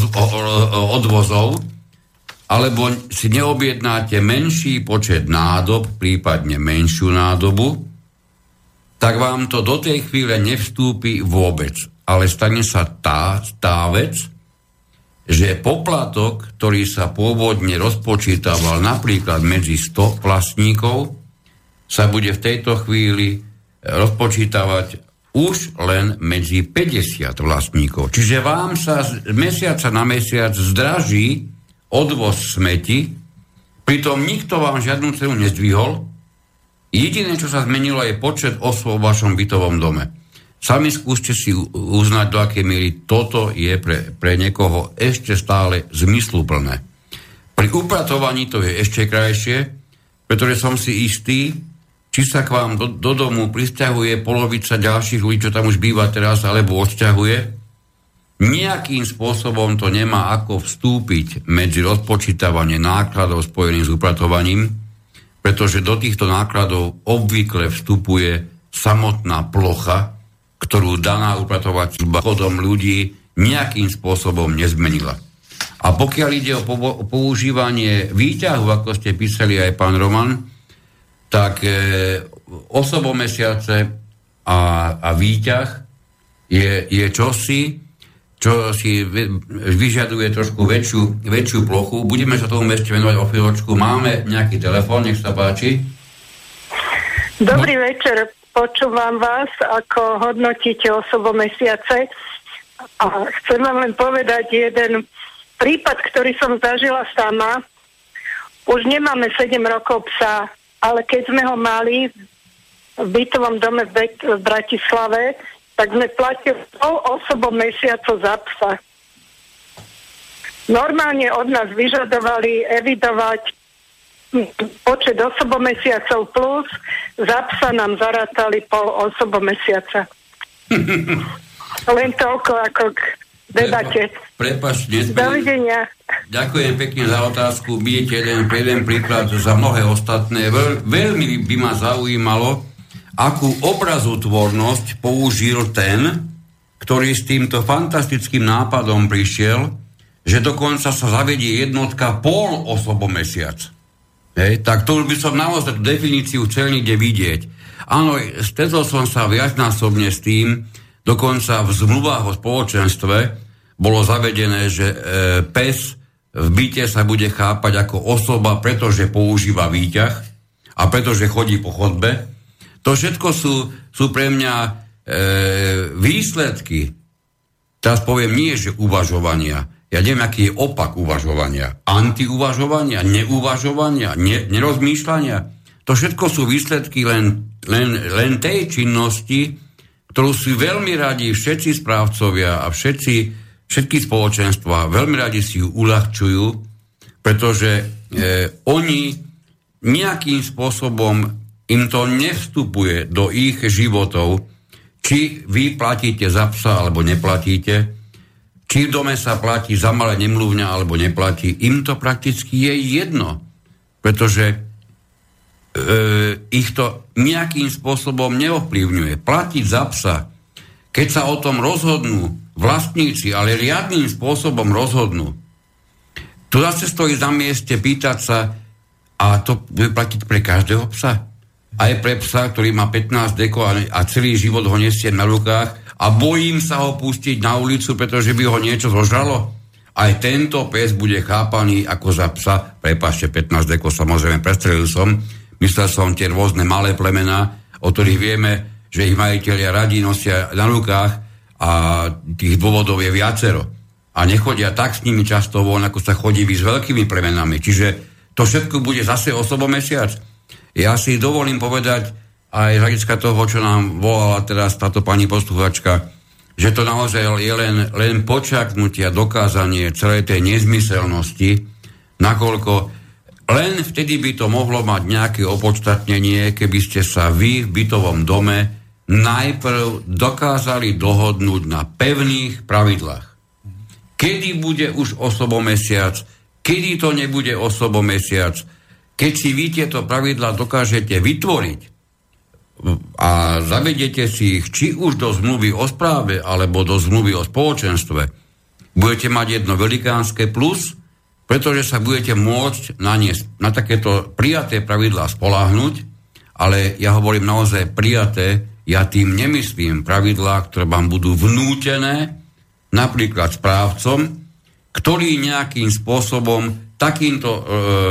A: alebo si neobjednáte menší počet nádob, prípadne menšiu nádobu, tak vám to do tej chvíle nevstúpi vôbec. Ale stane sa tá vec, že poplatok, ktorý sa pôvodne rozpočítaval napríklad medzi 100 vlastníkov, sa bude v tejto chvíli rozpočítavať už len medzi 50 vlastníkov. Čiže vám sa z mesiaca na mesiac zdraží odvoz smeti, pritom nikto vám žiadnu cenu nezdvihol. Jediné, čo sa zmenilo, je počet osôb v vašom bytovom dome. Sami skúste si uznať, do akej miery toto je pre niekoho ešte stále zmysluplné. Pri upratovaní to je ešte krajšie, pretože som si istý, či sa k vám do domu prisťahuje polovica ďalších ľudí, čo tam už býva teraz, alebo odsťahuje, nejakým spôsobom to nemá ako vstúpiť medzi rozpočítavanie nákladov spojených s upratovaním, pretože do týchto nákladov obvykle vstupuje samotná plocha, ktorú daná upratovateľba chodom ľudí nejakým spôsobom nezmenila. A pokiaľ ide o používanie výťahu, ako ste písali aj pán Roman, tak osobomesiace a výťah je čosi, čo si vyžaduje trošku väčšiu plochu. Budeme sa tomu ešte venovať o chvíľočku. Máme nejaký telefón, nech sa páči.
D: Dobrý večer, počúvam vás, ako hodnotíte osobomesiace. A chcem vám len povedať jeden prípad, ktorý som zažila sama. Už nemáme 7 rokov psa, ale keď sme ho mali v bytovom dome v Bratislave, tak sme platili pol osobomesiaco za psa. Normálne od nás vyžadovali evidovať počet osobomesiacov plus, za psa nám zarátali pol osobomesiaca. Len toľko ako k debate.
A: Prepáčte.
D: Dovidenia.
A: Ďakujem pekne za otázku. Bijete jeden príklad za mnohé ostatné. Veľmi by ma zaujímalo, akú obrazotvornosť použil ten, ktorý s týmto fantastickým nápadom prišiel, že dokonca sa zavedie jednotka pol osobomesiac. tak to už by som naozaj tú definíciu chcel niekde vidieť. Áno, stretol som sa viacnásobne s tým, dokonca v zmluvách o spoločenstve bolo zavedené, že pes v byte sa bude chápať ako osoba, pretože používa výťah a pretože chodí po chodbe. To všetko sú pre mňa výsledky, teraz poviem nie, že uvažovania. Ja neviem, aký je opak uvažovania. Antiuvažovania, neuvažovania, nerozmýšľania. To všetko sú výsledky len tej činnosti, ktorú si veľmi radi všetci správcovia a všetky spoločenstva veľmi radi si ju uľahčujú, pretože oni nejakým spôsobom im to nevstupuje do ich životov, či vy platíte za psa alebo neplatíte, či v dome sa platí za malé nemluvňa alebo neplatí. Im to prakticky je jedno, pretože ich to nejakým spôsobom neovplyvňuje. Platiť za psa, keď sa o tom rozhodnú vlastníci, ale riadnym spôsobom rozhodnú. Tu zase stojí za mieste pýtať sa, a to bude platiť pre každého psa? Aj pre psa, ktorý má 15 deko a celý život ho nesie na rukách a bojím sa ho pustiť na ulicu, pretože by ho niečo zožralo? Aj tento pes bude chápaný ako za psa. Prepáčte, 15 deko, samozrejme, prestrelil som. Myslel som tie rôzne malé plemená, o ktorých vieme, že ich majitelia radi nosia na rukách a tých dôvodov je viacero. A nechodia tak s nimi často von, ako sa chodí s veľkými plemenami. Čiže to všetko bude zase osobomesiac. Ja si dovolím povedať aj z hľadiska toho, čo nám volala teraz táto pani posluchačka, že to naozaj je len počaknutie a dokázanie celej tej nezmyselnosti, nakoľko len vtedy by to mohlo mať nejaké opodstatnenie, keby ste sa vy v bytovom dome najprv dokázali dohodnúť na pevných pravidlách. Kedy bude už osobomesiac, kedy to nebude osobomesiac, keď si vy tieto pravidlá dokážete vytvoriť a zavediete si ich či už do zmluvy o správe alebo do zmluvy o spoločenstve, budete mať jedno velikánske plus, pretože sa budete môcť na takéto prijaté pravidlá spoľahnúť, ale ja hovorím naozaj prijaté, ja tým nemyslím pravidlá, ktoré vám budú vnútené napríklad správcom, ktorý nejakým spôsobom takýmto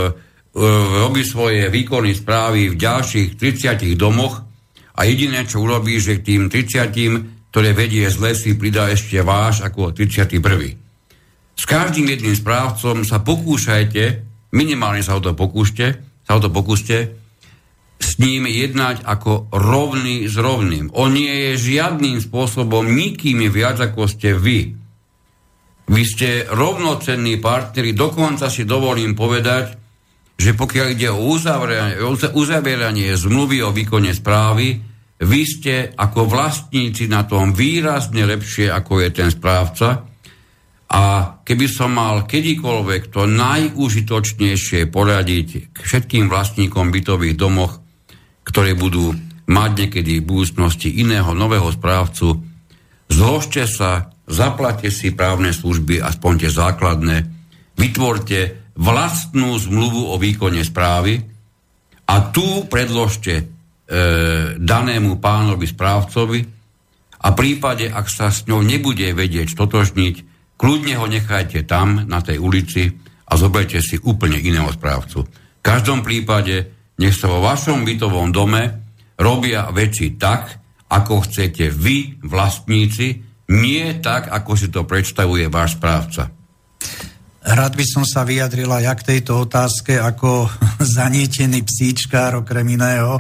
A: robí svoje výkony správy v ďalších 30 domoch a jediné, čo urobí, že k tým 30, ktoré vedie zle, si pridá ešte váš ako 31. S každým jedným správcom sa pokúšajte, minimálne sa o to pokúste, s ním jednať ako rovný s rovným. On nie je žiadnym spôsobom nikým viac ako ste vy. Vy ste rovnocenní partneri, dokonca si dovolím povedať, že pokiaľ ide o uzavieranie zmluvy o výkone správy, vy ste ako vlastníci na tom výrazne lepšie, ako je ten správca. A keby som mal kedykoľvek to najúžitočnejšie poradiť k všetkým vlastníkom bytových domoch, ktoré budú mať niekedy v budúcnosti iného nového správcu, zložte sa, zaplatte si právne služby, aspoň tie základné, vytvorte vlastnú zmluvu o výkone správy a tu predložte danému pánovi správcovi a v prípade, ak sa s ňou nebude vedieť stotožniť, kľudne ho nechajte tam na tej ulici a zoberte si úplne iného správcu. V každom prípade nech sa vo vašom bytovom dome robia veci tak, ako chcete vy, vlastníci, nie tak, ako si to predstavuje váš správca.
B: Rád by som sa vyjadrila ja k tejto otázke ako zanietený psíčkár, okrem iného.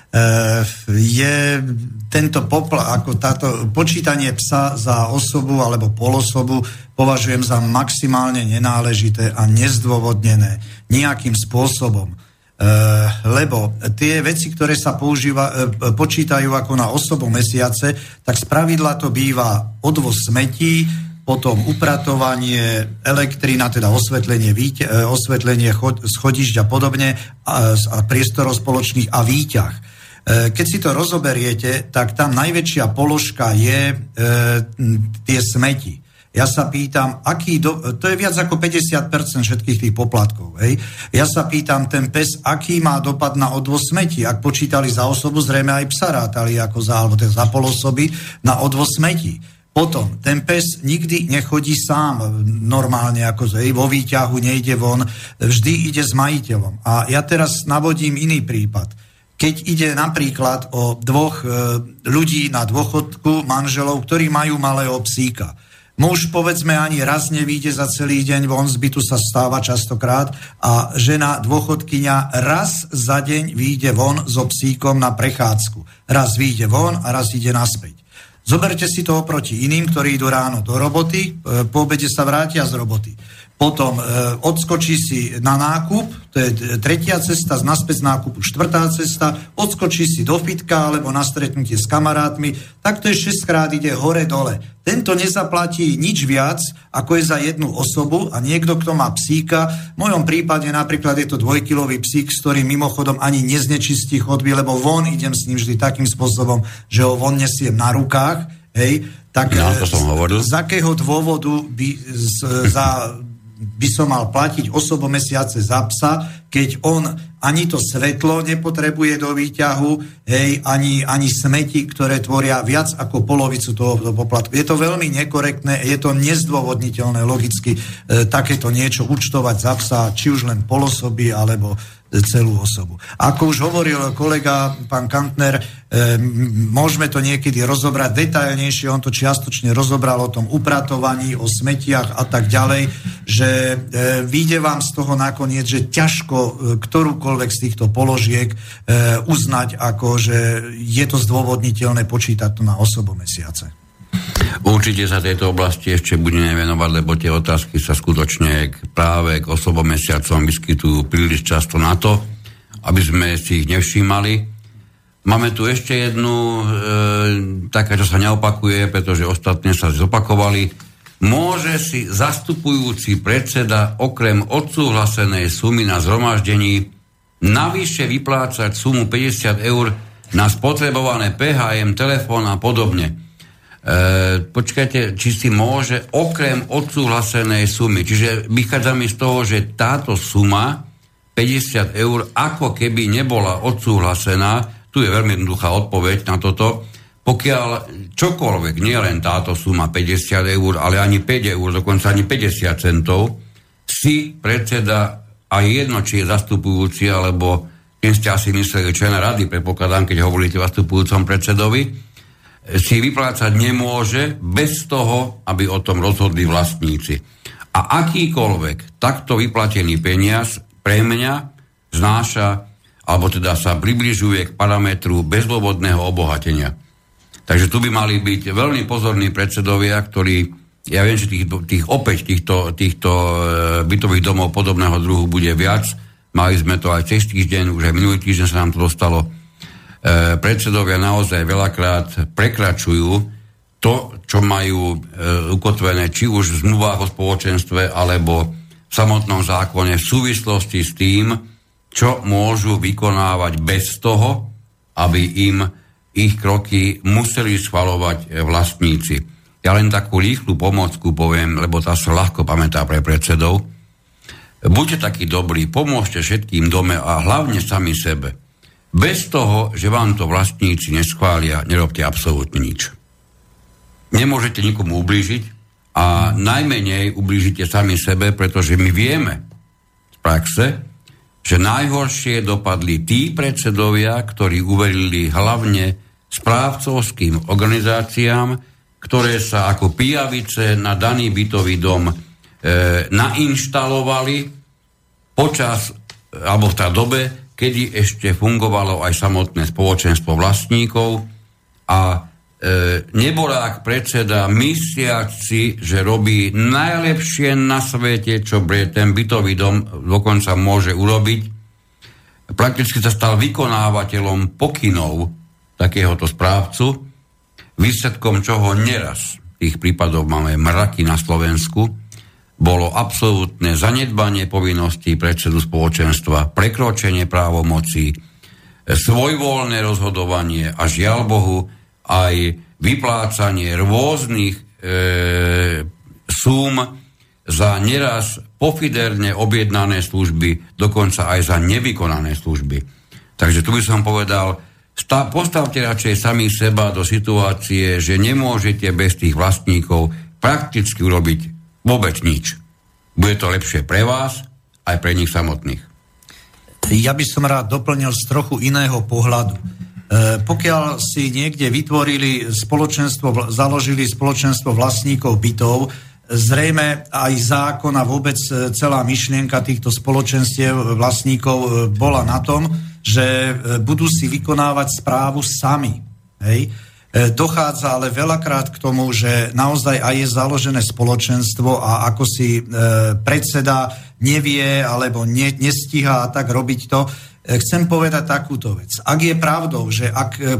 B: Je tento ako táto počítanie psa za osobu alebo polosobu považujem za maximálne nenáležité a nezdôvodnené nejakým spôsobom. Lebo tie veci, ktoré sa počítajú ako na osobu mesiace, tak spravidla to býva odvoz smetí, potom upratovanie, elektrina, teda osvetlenie schodišť a podobne a priestorov spoločných a výťah. Keď si to rozoberiete, tak tam najväčšia položka je tie smeti. Ja sa pýtam, to je viac ako 50% všetkých tých poplatkov. Hej. Ja sa pýtam, ten pes, aký má dopad na odvoz smetí. Ak počítali za osobu, zrejme aj psa rátali ako alebo za polosoby na odvoz smetí. Potom, ten pes nikdy nechodí sám normálne, ako vo výťahu nejde von, vždy ide s majiteľom. A ja teraz navodím iný prípad. Keď ide napríklad o dvoch ľudí na dôchodku, manželov, ktorí majú malého psíka. Muž, povedzme, ani raz nevíde za celý deň von, z bytu sa stáva častokrát a žena dôchodkyňa raz za deň vyjde von so psíkom na prechádzku. Raz vyjde von a raz ide naspäť. Zoberte si to oproti iným, ktorí idú ráno do roboty, po obede sa vrátia z roboty. Potom odskočí si na nákup, to je tretia cesta, naspäť z nákupu štvrtá cesta, odskočí si do fitka alebo na stretnutie s kamarátmi, tak to je 6-krát ide hore-dole. Tento nezaplatí nič viac, ako je za jednu osobu a niekto, kto má psíka, v mojom prípade napríklad je to 2-kilový psík, s ktorým mimochodom ani neznečistí chodby, lebo von idem s ním vždy takým spôsobom, že ho von nesiem na rukách, hej, tak
A: to som hovoril.
B: Z akého dôvodu by som mal platiť osobomesiace za psa, keď on ani to svetlo nepotrebuje do výťahu, hej, ani smeti, ktoré tvoria viac ako polovicu toho poplatku. Je to veľmi nekorektné, je to nezdôvodniteľné logicky takéto niečo účtovať za psa, či už len polosoby, alebo celú osobu. Ako už hovoril kolega, pán Kantner, môžeme to niekedy rozobrať detailnejšie, on to čiastočne rozobral o tom upratovaní, o smetiach a tak ďalej, že vyjde vám z toho nakoniec, že ťažko ktorúkoľvek z týchto položiek uznať, ako že je to zdôvodniteľné počítať to na osobomesiace.
A: Určite sa tejto oblasti ešte budeme venovať, lebo tie otázky sa skutočne práve k osobomesiacom vyskytujú príliš často na to, aby sme si ich nevšímali. Máme tu ešte jednu, taká, čo sa neopakuje, pretože ostatné sa zopakovali. Môže si zastupujúci predseda okrem odsúhlasenej sumy na zhromaždení navyše vyplácať sumu 50 eur na spotrebované PHM, telefón a podobne. Počkajte, či si môže okrem odsúhlasenej sumy, čiže vychádzame z toho, že táto suma 50 eur ako keby nebola odsúhlasená, tu je veľmi jednoduchá odpoveď na toto, pokiaľ čokoľvek, nie len táto suma 50 eur, ale ani 5 eur, dokonca ani 50 centov, si predseda, a jedno, či je zastupujúci, alebo tým ste asi mysleli člena rady, predpokladám, keď hovoríte o zastupujúcom predsedovi, si vyplácať nemôže bez toho, aby o tom rozhodli vlastníci. A akýkoľvek takto vyplatený peniaz pre mňa znáša, alebo teda sa približuje k parametru bezdôvodného obohatenia. Takže tu by mali byť veľmi pozorní predsedovia, ktorí, ja viem, že týchto bytových domov podobného druhu bude viac. Mali sme to aj cez týždeň, už aj minulý týždeň sa nám to dostalo. Predsedovia naozaj veľakrát prekračujú to, čo majú ukotvené či už v zmluvách o spoločenstve alebo v samotnom zákone v súvislosti s tým, čo môžu vykonávať bez toho, aby im ich kroky museli schvaľovať vlastníci. Ja len takú rýchlu pomôcku poviem, lebo tá sa ľahko pamätá pre predsedov. Buďte takí dobrí, pomôžte všetkým dome a hlavne sami sebe. Bez toho, že vám to vlastníci neschvália, nerobte absolútne nič. Nemôžete nikomu ublížiť a najmenej ublížite sami sebe, pretože my vieme z praxe, že najhoršie dopadli tí predsedovia, ktorí uverili hlavne správcovským organizáciám, ktoré sa ako pijavice na daný bytový dom nainštalovali počas, alebo v tej dobe, kedy ešte fungovalo aj samotné spoločenstvo vlastníkov a neborák predseda mysliac si, že robí najlepšie na svete, čo ten bytový dom dokonca môže urobiť. Prakticky sa stal vykonávateľom pokynov takéhoto správcu, výsledkom čoho neraz, tých prípadov máme mraky na Slovensku, bolo absolútne zanedbanie povinností predsedu spoločenstva, prekročenie právomocí, svojvoľné rozhodovanie a žiaľ Bohu aj vyplácanie rôznych súm za neraz pofiderne objednané služby, dokonca aj za nevykonané služby. Takže tu by som povedal, postavte radšej sami seba do situácie, že nemôžete bez tých vlastníkov prakticky urobiť vôbec nič. Bude to lepšie pre vás, aj pre nich samotných.
B: Ja by som rád doplnil z trochu iného pohľadu. Pokiaľ si niekde vytvorili spoločenstvo, založili spoločenstvo vlastníkov bytov, zrejme aj zákon a vôbec celá myšlienka týchto spoločenstiev vlastníkov bola na tom, že budú si vykonávať správu sami. Hej? Dochádza ale veľakrát k tomu, že naozaj aj je založené spoločenstvo a ako si predseda nevie alebo nestíha a tak robiť to. Chcem povedať takúto vec. Ak je pravdou, že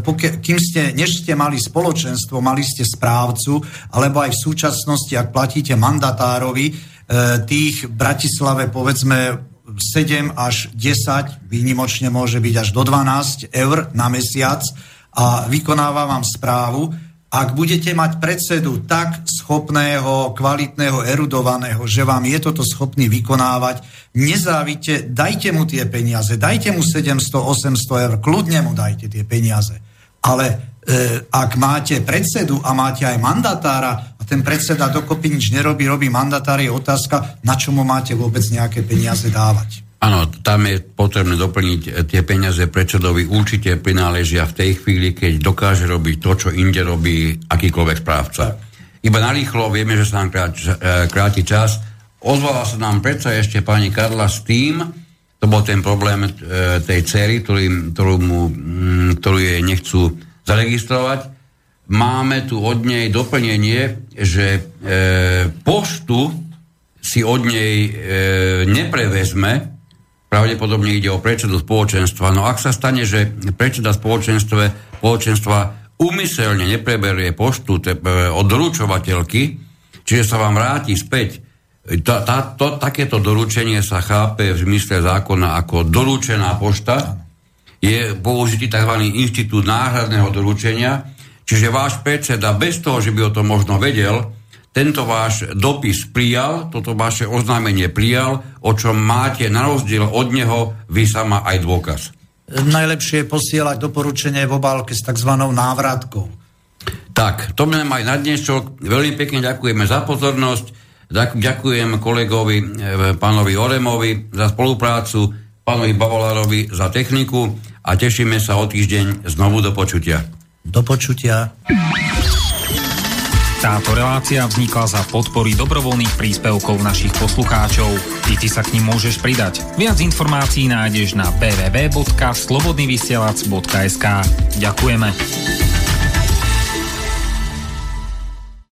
B: než ste mali spoločenstvo, mali ste správcu, alebo aj v súčasnosti, ak platíte mandatárovi, tých v Bratislave povedzme 7 až 10, výnimočne môže byť až do 12 eur na mesiac a vykonáva vám správu. Ak budete mať predsedu tak schopného, kvalitného, erudovaného, že vám je toto schopný vykonávať, nezávite, dajte mu tie peniaze, dajte mu 700-800 eur, kľudne mu dajte tie peniaze. Ale ak máte predsedu a máte aj mandatára a ten predseda dokopy nič nerobí, robí mandatár, je otázka, na čo mu máte vôbec nejaké peniaze dávať.
A: Áno, tam je potrebné doplniť tie peniaze predsedovi určite prináležia v tej chvíli, keď dokáže robiť to, čo inde robí akýkoľvek správca. Iba narýchlo, vieme, že sa nám kráti čas. Ozvala sa nám predsa ešte pani Karla s tým, to bol ten problém tej dcery, ktorú jej nechcú zaregistrovať. Máme tu od nej doplnenie, že poštu si od nej neprevezme. Pravdepodobne ide o predsedu spoločenstva. No ak sa stane, že predseda spoločenstva úmyselne nepreberie poštu od doručovateľky, čiže sa vám vráti späť, takéto doručenie sa chápe v zmysle zákona ako doručená pošta. Je použitý tzv. Inštitút náhradného doručenia, čiže váš predseda bez toho, že by o tom možno vedel, tento váš dopis prijal, toto vaše oznámenie prijal, o čom máte na rozdiel od neho vy sama aj dôkaz.
B: Najlepšie je posielať doporučenie v obálke s tzv. Návratkou.
A: Tak, to mňa aj na dnešok. Veľmi pekne ďakujeme za pozornosť. Ďakujem kolegovi pánovi Oremovi za spoluprácu, pánovi Bavolárovi za techniku a tešíme sa o týždeň znovu do počutia.
B: Do počutia.
E: Táto relácia vznikla za podpory dobrovoľných príspevkov našich poslucháčov. Ty sa k nim môžeš pridať. Viac informácií nájdeš na www.slobodnyvysielac.sk. Ďakujeme.